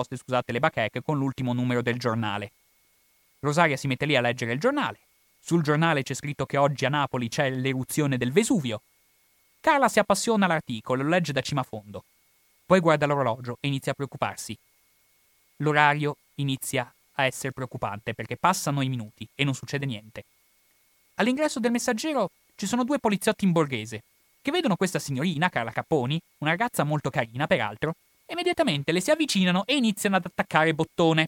con l'ultimo numero del giornale. Rosaria si mette lì a leggere il giornale. Sul giornale c'è scritto che oggi a Napoli c'è l'eruzione del Vesuvio. Carla si appassiona all'articolo e lo legge da cima a fondo. Poi guarda l'orologio e inizia a preoccuparsi. L'orario inizia a essere preoccupante perché passano i minuti e non succede niente. All'ingresso del Messaggero ci sono 2 poliziotti in borghese che vedono questa signorina, Carla Capponi, una ragazza molto carina peraltro, e immediatamente le si avvicinano e iniziano ad attaccare bottone.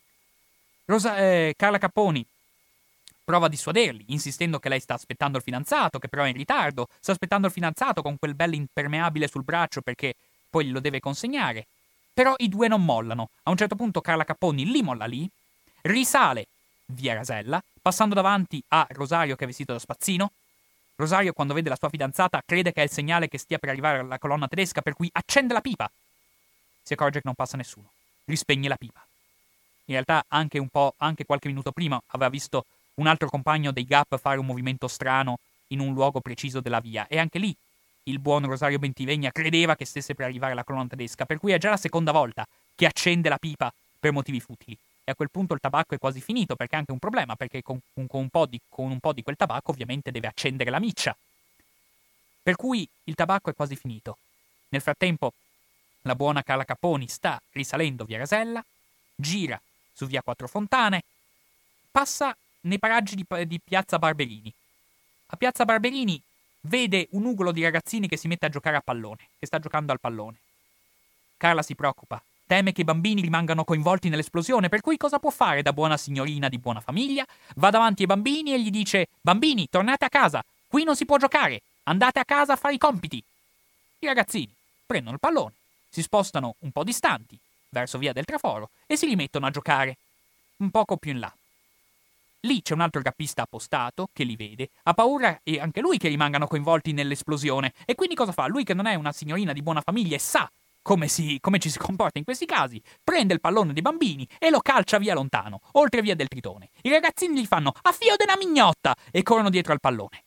Carla Capponi prova a dissuaderli, insistendo che lei sta aspettando il fidanzato, che però è in ritardo, sta aspettando il fidanzato con quel bel impermeabile sul braccio perché poi glielo deve consegnare. Però i 2 non mollano. A un certo punto Carla Capponi li molla lì, risale via Rasella, passando davanti a Rosario che è vestito da spazzino. Rosario, quando vede la sua fidanzata, crede che è il segnale che stia per arrivare la colonna tedesca, per cui accende la pipa. Si accorge che non passa nessuno. Rispegne la pipa. In realtà, anche qualche minuto prima, aveva visto un altro compagno dei Gap fare un movimento strano in un luogo preciso della via. E anche lì, il buon Rosario Bentivegna credeva che stesse per arrivare la colonna tedesca, per cui è già la seconda volta che accende la pipa per motivi futili. E a quel punto il tabacco è quasi finito, perché è anche un problema, perché con un po' di quel tabacco ovviamente deve accendere la miccia. Per cui il tabacco è quasi finito. Nel frattempo la buona Carla Capponi sta risalendo via Rasella, gira su via Quattro Fontane, passa nei paraggi di piazza Barberini. A piazza Barberini vede un nugolo di ragazzini che si mette a giocare a pallone, che sta giocando al pallone. Carla si preoccupa. Teme che i bambini rimangano coinvolti nell'esplosione, per cui cosa può fare da buona signorina di buona famiglia? Va davanti ai bambini e gli dice «Bambini, tornate a casa, qui non si può giocare, andate a casa a fare i compiti». I ragazzini prendono il pallone, si spostano un po' distanti, verso via del Traforo, e si rimettono a giocare, un poco più in là. Lì c'è un altro gappista appostato, che li vede, ha paura e anche lui che rimangano coinvolti nell'esplosione, e quindi cosa fa? Lui che non è una signorina di buona famiglia e sa come ci si comporta in questi casi, prende il pallone dei bambini e lo calcia via lontano, oltre via del Tritone. I ragazzini gli fanno «A fio della mignotta!» e corrono dietro al pallone.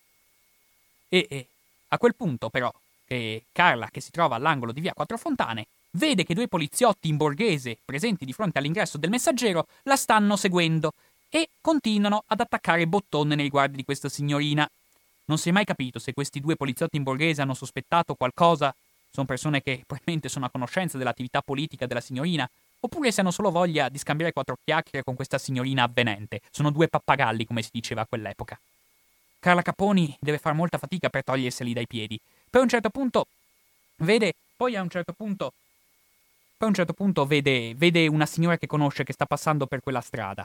E a quel punto, però, Carla, che si trova all'angolo di via Quattro Fontane, vede che 2 poliziotti in borghese, presenti di fronte all'ingresso del Messaggero, la stanno seguendo e continuano ad attaccare bottone nei riguardi di questa signorina. Non si è mai capito se questi 2 poliziotti in borghese hanno sospettato qualcosa. Sono persone che probabilmente sono a conoscenza dell'attività politica della signorina, oppure se hanno solo voglia di scambiare 4 chiacchiere con questa signorina avvenente. Sono 2 pappagalli, come si diceva a quell'epoca. Carla Capponi deve fare molta fatica per toglierseli dai piedi. Poi a un certo punto vede vede una signora che conosce che sta passando per quella strada.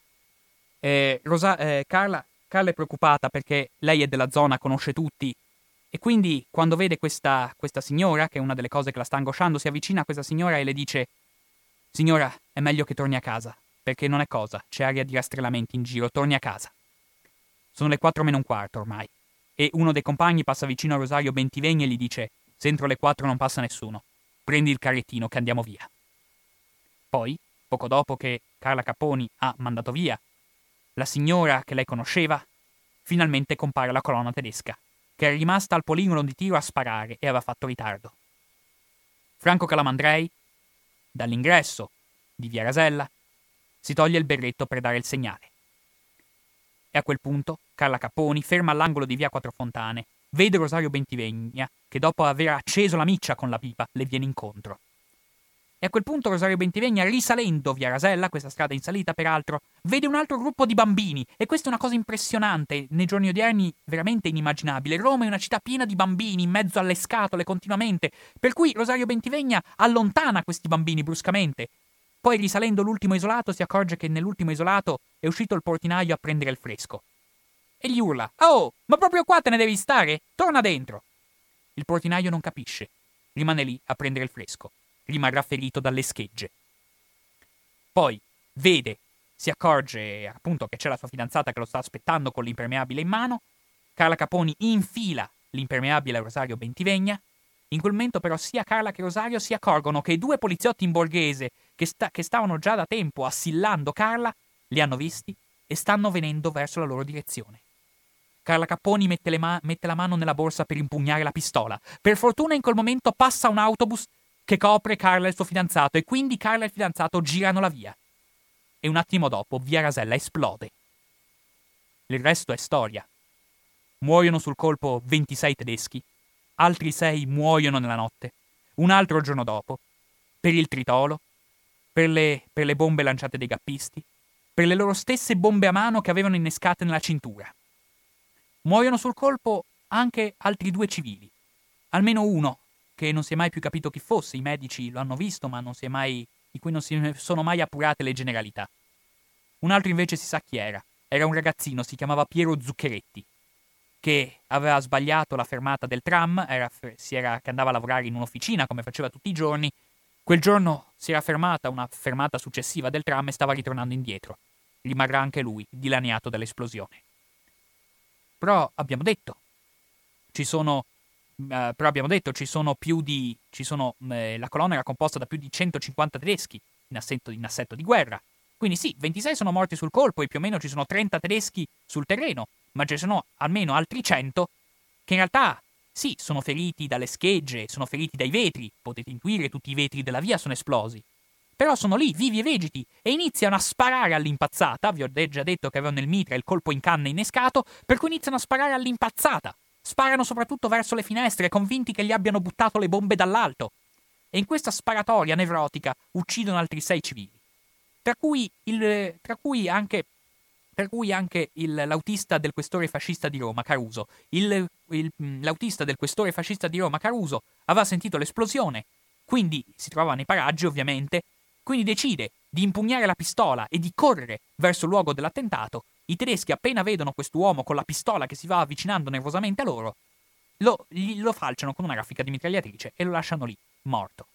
Carla è preoccupata perché lei è della zona, conosce tutti. E quindi, quando vede questa signora, che è una delle cose che la sta angosciando, si avvicina a questa signora e le dice «Signora, è meglio che torni a casa, perché non è cosa, c'è aria di rastrellamenti in giro, torni a casa». Sono le 4 meno un quarto ormai, e uno dei compagni passa vicino a Rosario Bentivegna e gli dice «Se entro le 4 non passa nessuno, prendi il carrettino che andiamo via». Poi, poco dopo che Carla Capponi ha mandato via la signora che lei conosceva, finalmente compare la colonna tedesca, che era rimasta al poligono di tiro a sparare e aveva fatto ritardo. Franco Calamandrei, dall'ingresso di via Rasella, si toglie il berretto per dare il segnale. E a quel punto Carla Capponi ferma all'angolo di via Quattro Fontane, vede Rosario Bentivegna che dopo aver acceso la miccia con la pipa le viene incontro. E a quel punto Rosario Bentivegna, risalendo via Rasella, questa strada in salita peraltro, vede un altro gruppo di bambini, e questa è una cosa impressionante, nei giorni odierni veramente inimmaginabile. Roma è una città piena di bambini, in mezzo alle scatole continuamente, per cui Rosario Bentivegna allontana questi bambini bruscamente. Poi, risalendo l'ultimo isolato, si accorge che nell'ultimo isolato è uscito il portinaio a prendere il fresco. E gli urla: «Oh, ma proprio qua te ne devi stare? Torna dentro!» Il portinaio non capisce, rimane lì a prendere il fresco. Rimarrà ferito dalle schegge. Poi vede, si accorge appunto che c'è la sua fidanzata che lo sta aspettando con l'impermeabile in mano. Carla Caponi infila l'impermeabile a Rosario Bentivegna. In quel momento però sia Carla che Rosario si accorgono che i due poliziotti in borghese che stavano già da tempo assillando Carla li hanno visti e stanno venendo verso la loro direzione. Carla Capponi mette la mano nella borsa per impugnare la pistola. Per fortuna in quel momento passa un autobus che copre Carla e il suo fidanzato, e quindi Carla e il fidanzato girano la via. E un attimo dopo via Rasella esplode. Il resto è storia. Muoiono sul colpo 26 tedeschi, altri 6 muoiono nella notte, un altro giorno dopo, per il tritolo, per le bombe lanciate dai gappisti, per le loro stesse bombe a mano che avevano innescate nella cintura. Muoiono sul colpo anche altri 2 civili, almeno uno che non si è mai più capito chi fosse. I medici lo hanno visto, ma di cui non si sono mai appurate le generalità. Un altro invece si sa chi era. Era un ragazzino, si chiamava Piero Zuccheretti, che aveva sbagliato la fermata del tram, che andava a lavorare in un'officina come faceva tutti i giorni. Quel giorno si era fermata una fermata successiva del tram e stava ritornando indietro. Rimarrà anche lui dilaniato dall'esplosione. Però abbiamo detto, la colonna era composta da più di 150 tedeschi in assetto di guerra. Quindi sì, 26 sono morti sul colpo e più o meno ci sono 30 tedeschi sul terreno, ma ci sono almeno altri 100 che in realtà, sì, sono feriti dalle schegge, sono feriti dai vetri. Potete intuire, tutti i vetri della via sono esplosi. Però sono lì, vivi e vegeti, e iniziano a sparare all'impazzata. Vi ho già detto che avevano il mitra e il colpo in canna innescato, per cui iniziano a sparare all'impazzata. Sparano soprattutto verso le finestre, convinti che gli abbiano buttato le bombe dall'alto. E in questa sparatoria nevrotica uccidono altri 6 civili. Tra cui anche l'autista del questore fascista di Roma, Caruso. L'autista del questore fascista di Roma, Caruso, aveva sentito l'esplosione, quindi si trovava nei paraggi ovviamente, quindi decide di impugnare la pistola e di correre verso il luogo dell'attentato. I tedeschi, appena vedono quest'uomo con la pistola che si va avvicinando nervosamente a loro, lo falciano con una raffica di mitragliatrice e lo lasciano lì, morto.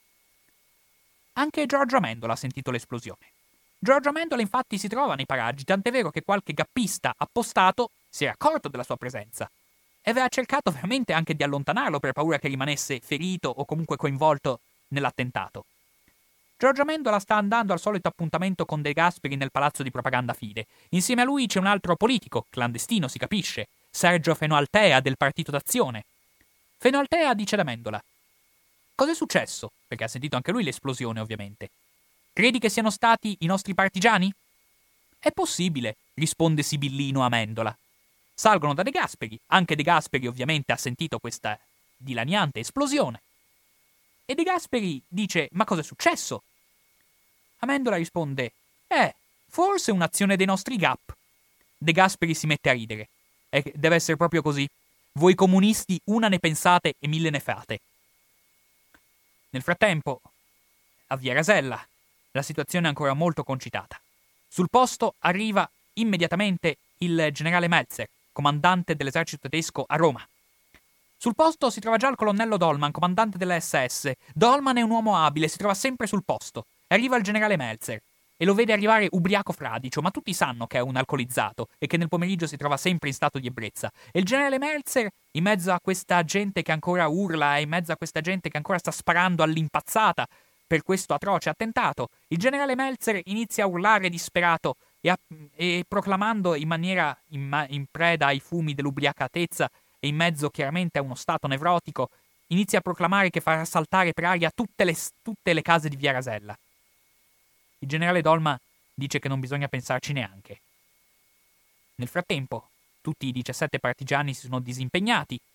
Anche Giorgio Amendola ha sentito l'esplosione. Giorgio Amendola infatti si trova nei paraggi, tant'è vero che qualche gappista appostato si era accorto della sua presenza e aveva cercato veramente anche di allontanarlo per paura che rimanesse ferito o comunque coinvolto nell'attentato. Giorgio Amendola sta andando al solito appuntamento con De Gasperi nel palazzo di Propaganda Fide. Insieme a lui c'è un altro politico, clandestino si capisce, Sergio Fenoaltea del Partito d'Azione. Fenoaltea dice ad Amendola: «Cos'è successo?» Perché ha sentito anche lui l'esplosione, ovviamente. «Credi che siano stati i nostri partigiani?» «È possibile», risponde sibillino Amendola. Salgono da De Gasperi, anche De Gasperi ovviamente ha sentito questa dilaniante esplosione. E De Gasperi dice: «Ma cos'è successo?» Amendola risponde: forse un'azione dei nostri GAP». De Gasperi si mette a ridere. Deve essere proprio così. Voi comunisti una ne pensate e 1000 ne fate. Nel frattempo, a via Rasella, la situazione è ancora molto concitata. Sul posto arriva immediatamente il generale Meltzer, comandante dell'esercito tedesco a Roma. Sul posto si trova già il colonnello Dollmann, comandante della SS. Dollmann è un uomo abile, si trova sempre sul posto. Arriva il generale Meltzer e lo vede arrivare ubriaco fradicio, ma tutti sanno che è un alcolizzato e che nel pomeriggio si trova sempre in stato di ebbrezza. E il generale Meltzer, in mezzo a questa gente che ancora urla e in mezzo a questa gente che ancora sta sparando all'impazzata per questo atroce attentato, il generale Meltzer inizia a urlare disperato e proclamando in maniera in preda ai fumi dell'ubriacatezza e in mezzo chiaramente a uno stato nevrotico, inizia a proclamare che farà saltare per aria tutte le case di via Rasella. Il generale Dolma dice che non bisogna pensarci neanche. Nel frattempo, tutti i 17 partigiani si sono disimpegnati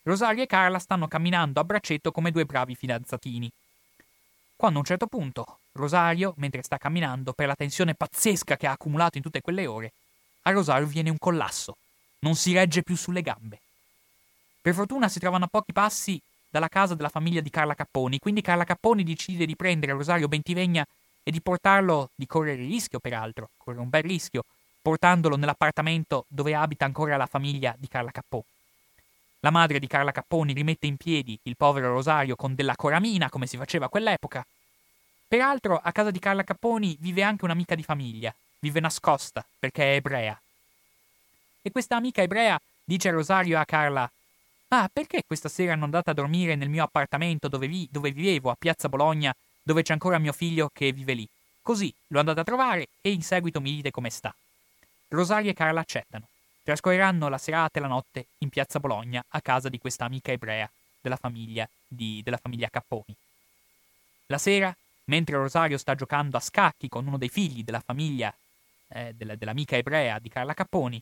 Rosario e Carla stanno camminando a braccetto come due bravi fidanzatini. Quando a un certo punto Rosario, mentre sta camminando, per la tensione pazzesca che ha accumulato in tutte quelle ore, a Rosario viene un collasso. Non si regge più sulle gambe. Per fortuna si trovano a pochi passi dalla casa della famiglia di Carla Capponi, quindi Carla Capponi decide di prendere Rosario Bentivegna e di portarlo, di correre il rischio peraltro, correre un bel rischio, portandolo nell'appartamento dove abita ancora la famiglia di Carla Capponi. La madre di Carla Capponi rimette in piedi il povero Rosario con della coramina, come si faceva a quell'epoca. Peraltro, a casa di Carla Capponi vive anche un'amica di famiglia, vive nascosta perché è ebrea. E questa amica ebrea dice a Rosario e a Carla: «Ah, perché questa sera non andate a dormire nel mio appartamento dove vivevo, a Piazza Bologna, dove c'è ancora mio figlio che vive lì? Così lo andate a trovare e in seguito mi dite come sta». Rosario e Carla accettano. Trascorreranno la serata e la notte in Piazza Bologna a casa di questa amica ebrea della famiglia Capponi. La sera, mentre Rosario sta giocando a scacchi con uno dei figli della famiglia dell'amica ebrea di Carla Capponi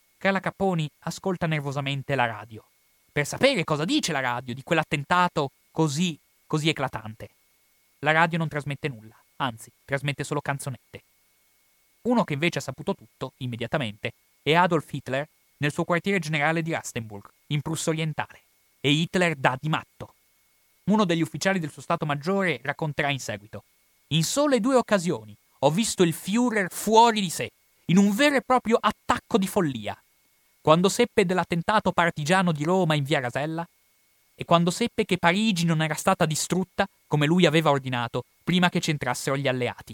ascolta nervosamente la radio per sapere cosa dice la radio di quell'attentato così eclatante. La radio non trasmette nulla, anzi, trasmette solo canzonette. Uno che invece ha saputo tutto, immediatamente, è Adolf Hitler nel suo quartiere generale di Rastenburg, in Prussia orientale. E Hitler dà di matto. Uno degli ufficiali del suo Stato Maggiore racconterà in seguito: «In sole 2 occasioni ho visto il Führer fuori di sé, in un vero e proprio attacco di follia. Quando seppe dell'attentato partigiano di Roma in via Rasella e quando seppe che Parigi non era stata distrutta come lui aveva ordinato prima che c'entrassero gli alleati.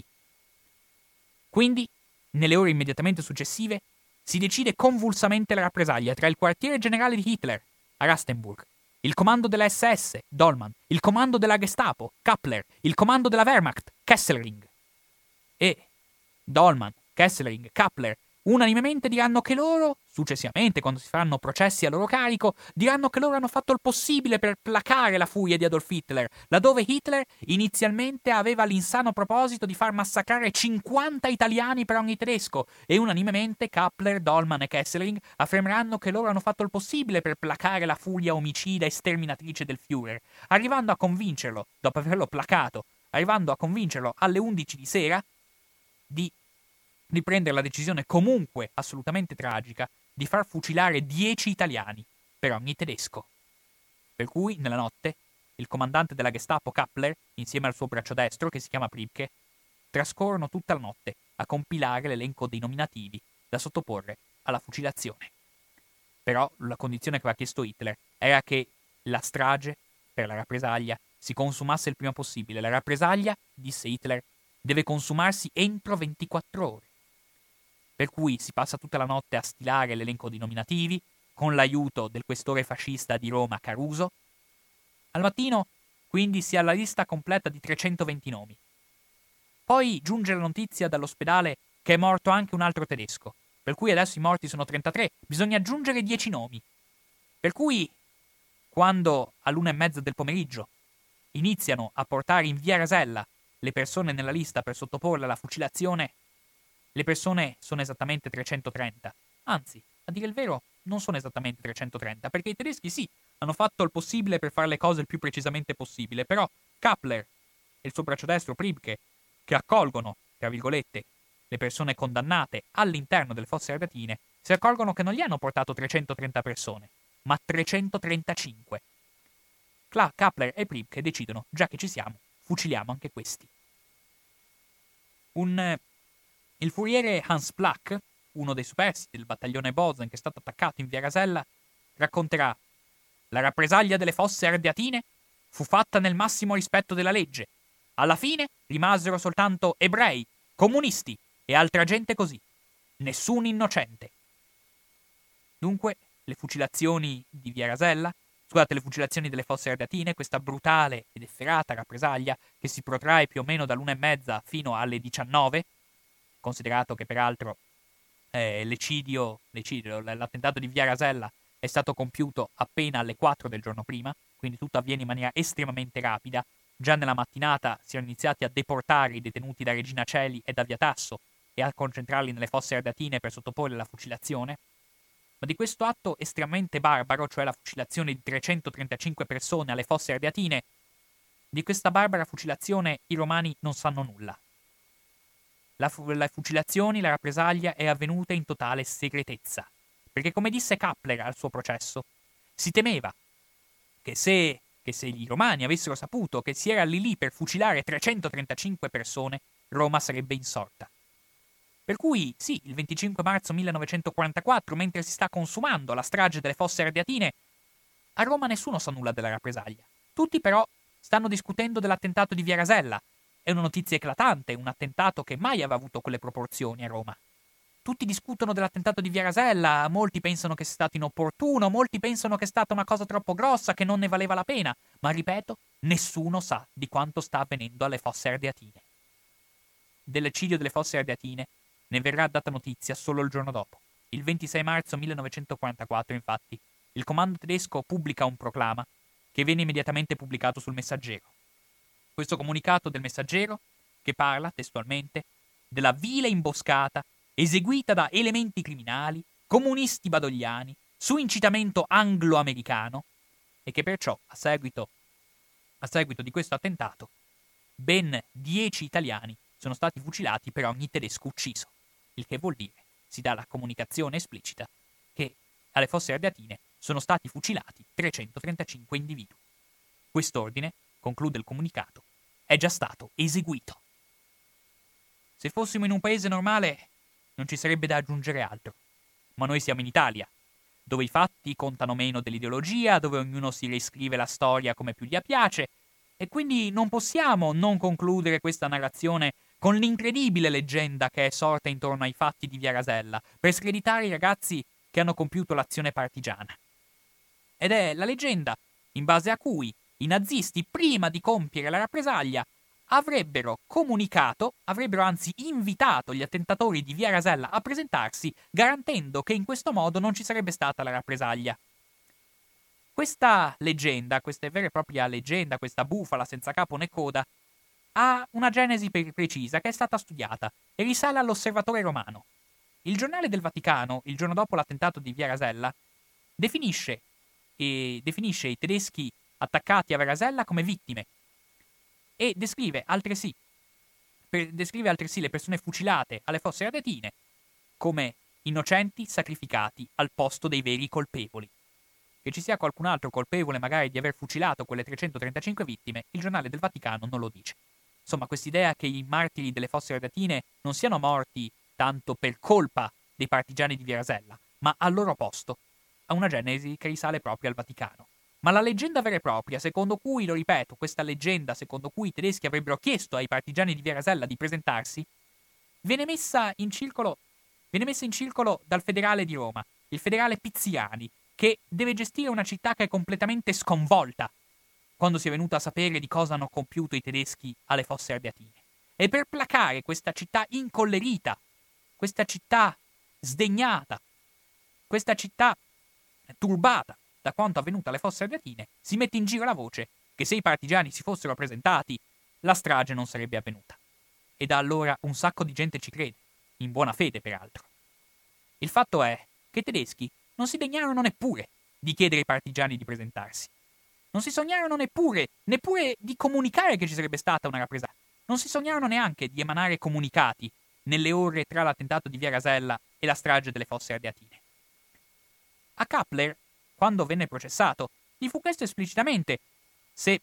Quindi, nelle ore immediatamente successive, si decide convulsamente la rappresaglia tra il quartiere generale di Hitler, a Rastenburg, il comando della SS, Dollmann, il comando della Gestapo, Kappler, il comando della Wehrmacht, Kesselring. E Dollmann, Kesselring, Kappler unanimemente diranno che loro, successivamente quando si faranno processi a loro carico, diranno che loro hanno fatto il possibile per placare la furia di Adolf Hitler, laddove Hitler inizialmente aveva l'insano proposito di far massacrare 50 italiani per ogni tedesco, e unanimemente Kappler, Dollmann e Kesselring affermeranno che loro hanno fatto il possibile per placare la furia omicida e sterminatrice del Führer, arrivando a convincerlo, dopo averlo placato, arrivando a convincerlo alle 11 di sera di prendere la decisione comunque assolutamente tragica di far fucilare 10 italiani per ogni tedesco. Per cui, nella notte, il comandante della Gestapo Kappler, insieme al suo braccio destro, che si chiama Priebke, trascorrono tutta la notte a compilare l'elenco dei nominativi da sottoporre alla fucilazione. Però la condizione che aveva chiesto Hitler era che la strage per la rappresaglia si consumasse il prima possibile. La rappresaglia, disse Hitler, deve consumarsi entro 24 ore. Per cui si passa tutta la notte a stilare l'elenco di nominativi, con l'aiuto del questore fascista di Roma Caruso. Al mattino, quindi, si ha la lista completa di 320 nomi. Poi giunge la notizia dall'ospedale che è morto anche un altro tedesco, per cui adesso i morti sono 33, bisogna aggiungere 10 nomi. Per cui, quando all'1:30 del pomeriggio iniziano a portare in via Rasella le persone nella lista per sottoporle alla fucilazione, le persone sono esattamente 330. Anzi, a dire il vero, non sono esattamente 330, perché i tedeschi sì, hanno fatto il possibile per fare le cose il più precisamente possibile, però Kappler e il suo braccio destro Priebke, che accolgono, tra virgolette, le persone condannate all'interno delle fosse ardeatine, si accorgono che non gli hanno portato 330 persone, ma 335. Kappler e Priebke decidono, già che ci siamo, fuciliamo anche questi. Il furiere Hans Plack, uno dei superstiti del battaglione Bozen che è stato attaccato in via Rasella, racconterà: «La rappresaglia delle fosse ardeatine fu fatta nel massimo rispetto della legge. Alla fine rimasero soltanto ebrei, comunisti e altra gente così. Nessun innocente». Dunque, le fucilazioni di via Rasella, le fucilazioni delle fosse ardeatine, questa brutale ed efferata rappresaglia che si protrae più o meno dall'1:30 fino alle 19, considerato che peraltro l'attentato di via Rasella è stato compiuto appena alle 4 del giorno prima, quindi tutto avviene in maniera estremamente rapida. Già nella mattinata si erano iniziati a deportare i detenuti da Regina Coeli e da via Tasso e a concentrarli nelle fosse ardeatine per sottoporli alla fucilazione. Ma di questo atto estremamente barbaro, cioè la fucilazione di 335 persone alle Fosse Ardeatine, di questa barbara fucilazione i romani non sanno nulla. Le fucilazioni, la rappresaglia è avvenuta in totale segretezza, perché come disse Kappler al suo processo, si temeva che se i romani avessero saputo che si era lì per fucilare 335 persone, Roma sarebbe insorta. Per cui, sì, il 25 marzo 1944, mentre si sta consumando la strage delle Fosse Ardeatine, a Roma nessuno sa nulla della rappresaglia. Tutti però stanno discutendo dell'attentato di Via Rasella. È una notizia eclatante, un attentato che mai aveva avuto quelle proporzioni a Roma. Tutti discutono dell'attentato di Via Rasella, molti pensano che sia stato inopportuno, molti pensano che è stata una cosa troppo grossa, che non ne valeva la pena, ma ripeto, nessuno sa di quanto sta avvenendo alle Fosse Ardeatine. Dell'eccidio delle Fosse Ardeatine ne verrà data notizia solo il giorno dopo. Il 26 marzo 1944, infatti, il comando tedesco pubblica un proclama che viene immediatamente pubblicato sul Messaggero. Questo comunicato del Messaggero, che parla, testualmente, della vile imboscata eseguita da elementi criminali, comunisti badogliani, su incitamento anglo-americano, e che perciò, a seguito di questo attentato, ben 10 italiani sono stati fucilati per ogni tedesco ucciso, il che vuol dire, si dà la comunicazione esplicita, che alle Fosse Ardeatine sono stati fucilati 335 individui. Quest'ordine, conclude il comunicato, è già stato eseguito. Se fossimo in un paese normale, non ci sarebbe da aggiungere altro. Ma noi siamo in Italia, dove i fatti contano meno dell'ideologia, dove ognuno si riscrive la storia come più gli piace, e quindi non possiamo non concludere questa narrazione con l'incredibile leggenda che è sorta intorno ai fatti di Via Rasella, per screditare i ragazzi che hanno compiuto l'azione partigiana. Ed è la leggenda in base a cui i nazisti, prima di compiere la rappresaglia, avrebbero anzi invitato gli attentatori di Via Rasella a presentarsi, garantendo che in questo modo non ci sarebbe stata la rappresaglia. Questa leggenda, questa vera e propria leggenda, questa bufala senza capo né coda, ha una genesi precisa che è stata studiata e risale all'Osservatore Romano. Il giornale del Vaticano, il giorno dopo l'attentato di Via Rasella, definisce i tedeschi attaccati a Via Rasella come vittime e descrive altresì le persone fucilate alle Fosse Ardeatine come innocenti sacrificati al posto dei veri colpevoli. Che ci sia qualcun altro colpevole magari di aver fucilato quelle 335 vittime, il giornale del Vaticano non lo dice. Insomma, quest'idea che i martiri delle Fosse Ardeatine non siano morti tanto per colpa dei partigiani di Via Rasella, ma al loro posto, ha una genesi che risale proprio al Vaticano. Ma la leggenda vera e propria, secondo cui, lo ripeto, questa leggenda secondo cui i tedeschi avrebbero chiesto ai partigiani di Via Rasella di presentarsi, viene messa in circolo dal federale di Roma, il federale Pizziani, che deve gestire una città che è completamente sconvolta quando si è venuto a sapere di cosa hanno compiuto i tedeschi alle Fosse Ardeatine. E per placare questa città incollerita, questa città sdegnata, questa città turbata da quanto avvenuto alle Fosse Ardeatine, si mette in giro la voce che se i partigiani si fossero presentati, la strage non sarebbe avvenuta. E da allora un sacco di gente ci crede, in buona fede peraltro. Il fatto è che i tedeschi non si degnarono neppure di chiedere ai partigiani di presentarsi. Non si sognarono neppure di comunicare che ci sarebbe stata una rappresaglia. Non si sognarono neanche di emanare comunicati nelle ore tra l'attentato di Via Rasella e la strage delle Fosse Ardeatine. A Kappler, quando venne processato, gli fu chiesto esplicitamente se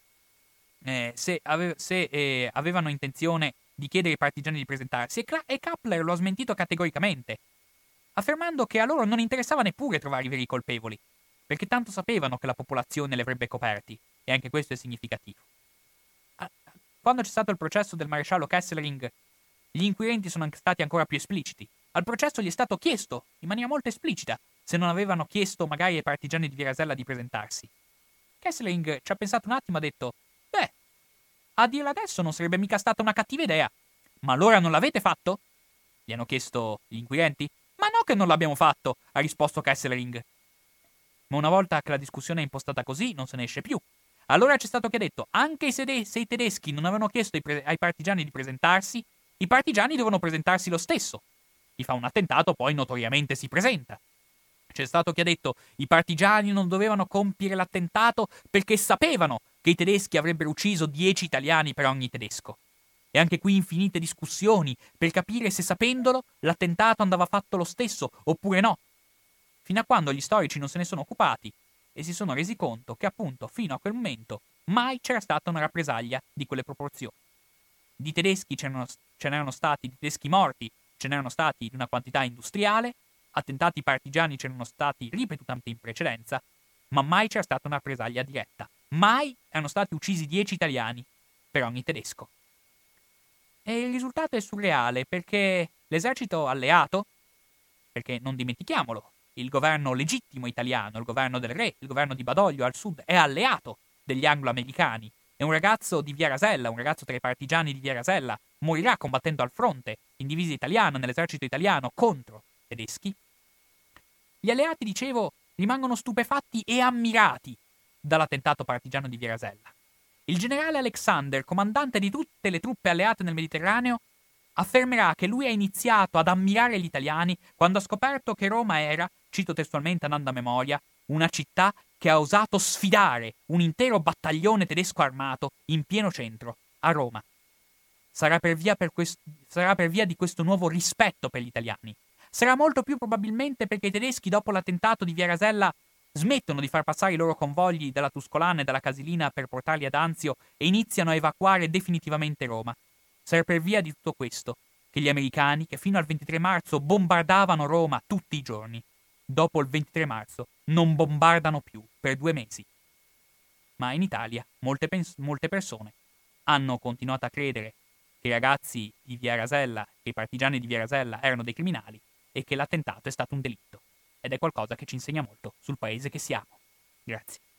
avevano intenzione di chiedere ai partigiani di presentarsi, e Kappler lo ha smentito categoricamente, affermando che a loro non interessava neppure trovare i veri colpevoli, perché tanto sapevano che la popolazione li avrebbe coperti, e anche questo è significativo. Quando c'è stato il processo del maresciallo Kesselring, gli inquirenti sono stati ancora più espliciti. Al processo gli è stato chiesto, in maniera molto esplicita, se non avevano chiesto magari ai partigiani di Via Rasella di presentarsi. Kesselring ci ha pensato un attimo e ha detto: beh, a dirla adesso non sarebbe mica stata una cattiva idea. Ma allora non l'avete fatto? Gli hanno chiesto gli inquirenti. Ma no che non l'abbiamo fatto, ha risposto Kesselring. Ma una volta che la discussione è impostata così, non se ne esce più. Allora c'è stato che ha detto: anche se i tedeschi non avevano chiesto ai partigiani di presentarsi, i partigiani devono presentarsi lo stesso. Chi fa un attentato poi notoriamente si presenta. C'è stato chi ha detto i partigiani non dovevano compiere l'attentato perché sapevano che i tedeschi avrebbero ucciso 10 italiani per ogni tedesco. E anche qui infinite discussioni per capire se sapendolo l'attentato andava fatto lo stesso oppure no. Fino a quando gli storici non se ne sono occupati e si sono resi conto che appunto fino a quel momento mai c'era stata una rappresaglia di quelle proporzioni. Di tedeschi ce n'erano stati, di tedeschi morti ce n'erano stati in una quantità industriale, attentati partigiani ce n'erano stati ripetutamente in precedenza, ma mai c'era stata una rappresaglia diretta. Mai erano stati uccisi 10 italiani per ogni tedesco. E il risultato è surreale perché l'esercito alleato, perché non dimentichiamolo, il governo legittimo italiano, il governo del re, il governo di Badoglio al sud, è alleato degli anglo-americani. E un ragazzo di Via Rasella, un ragazzo tra i partigiani di Via Rasella, morirà combattendo al fronte, in divisa italiana, nell'esercito italiano, contro i tedeschi. Gli alleati, dicevo, rimangono stupefatti e ammirati dall'attentato partigiano di Via Rasella. Il generale Alexander, comandante di tutte le truppe alleate nel Mediterraneo, affermerà che lui ha iniziato ad ammirare gli italiani quando ha scoperto che Roma era, cito testualmente andando a memoria, una città che ha osato sfidare un intero battaglione tedesco armato in pieno centro, a Roma. Sarà per via di questo nuovo rispetto per gli italiani. Sarà molto più probabilmente perché i tedeschi, dopo l'attentato di Via Rasella, smettono di far passare i loro convogli dalla Tuscolana e dalla Casilina per portarli ad Anzio e iniziano a evacuare definitivamente Roma. Sarà per via di tutto questo che gli americani, che fino al 23 marzo bombardavano Roma tutti i giorni, dopo il 23 marzo non bombardano più per 2 mesi. Ma in Italia molte persone hanno continuato a credere che i ragazzi di Via Rasella, che i partigiani di Via Rasella erano dei criminali e che l'attentato è stato un delitto. Ed è qualcosa che ci insegna molto sul paese che siamo. Grazie.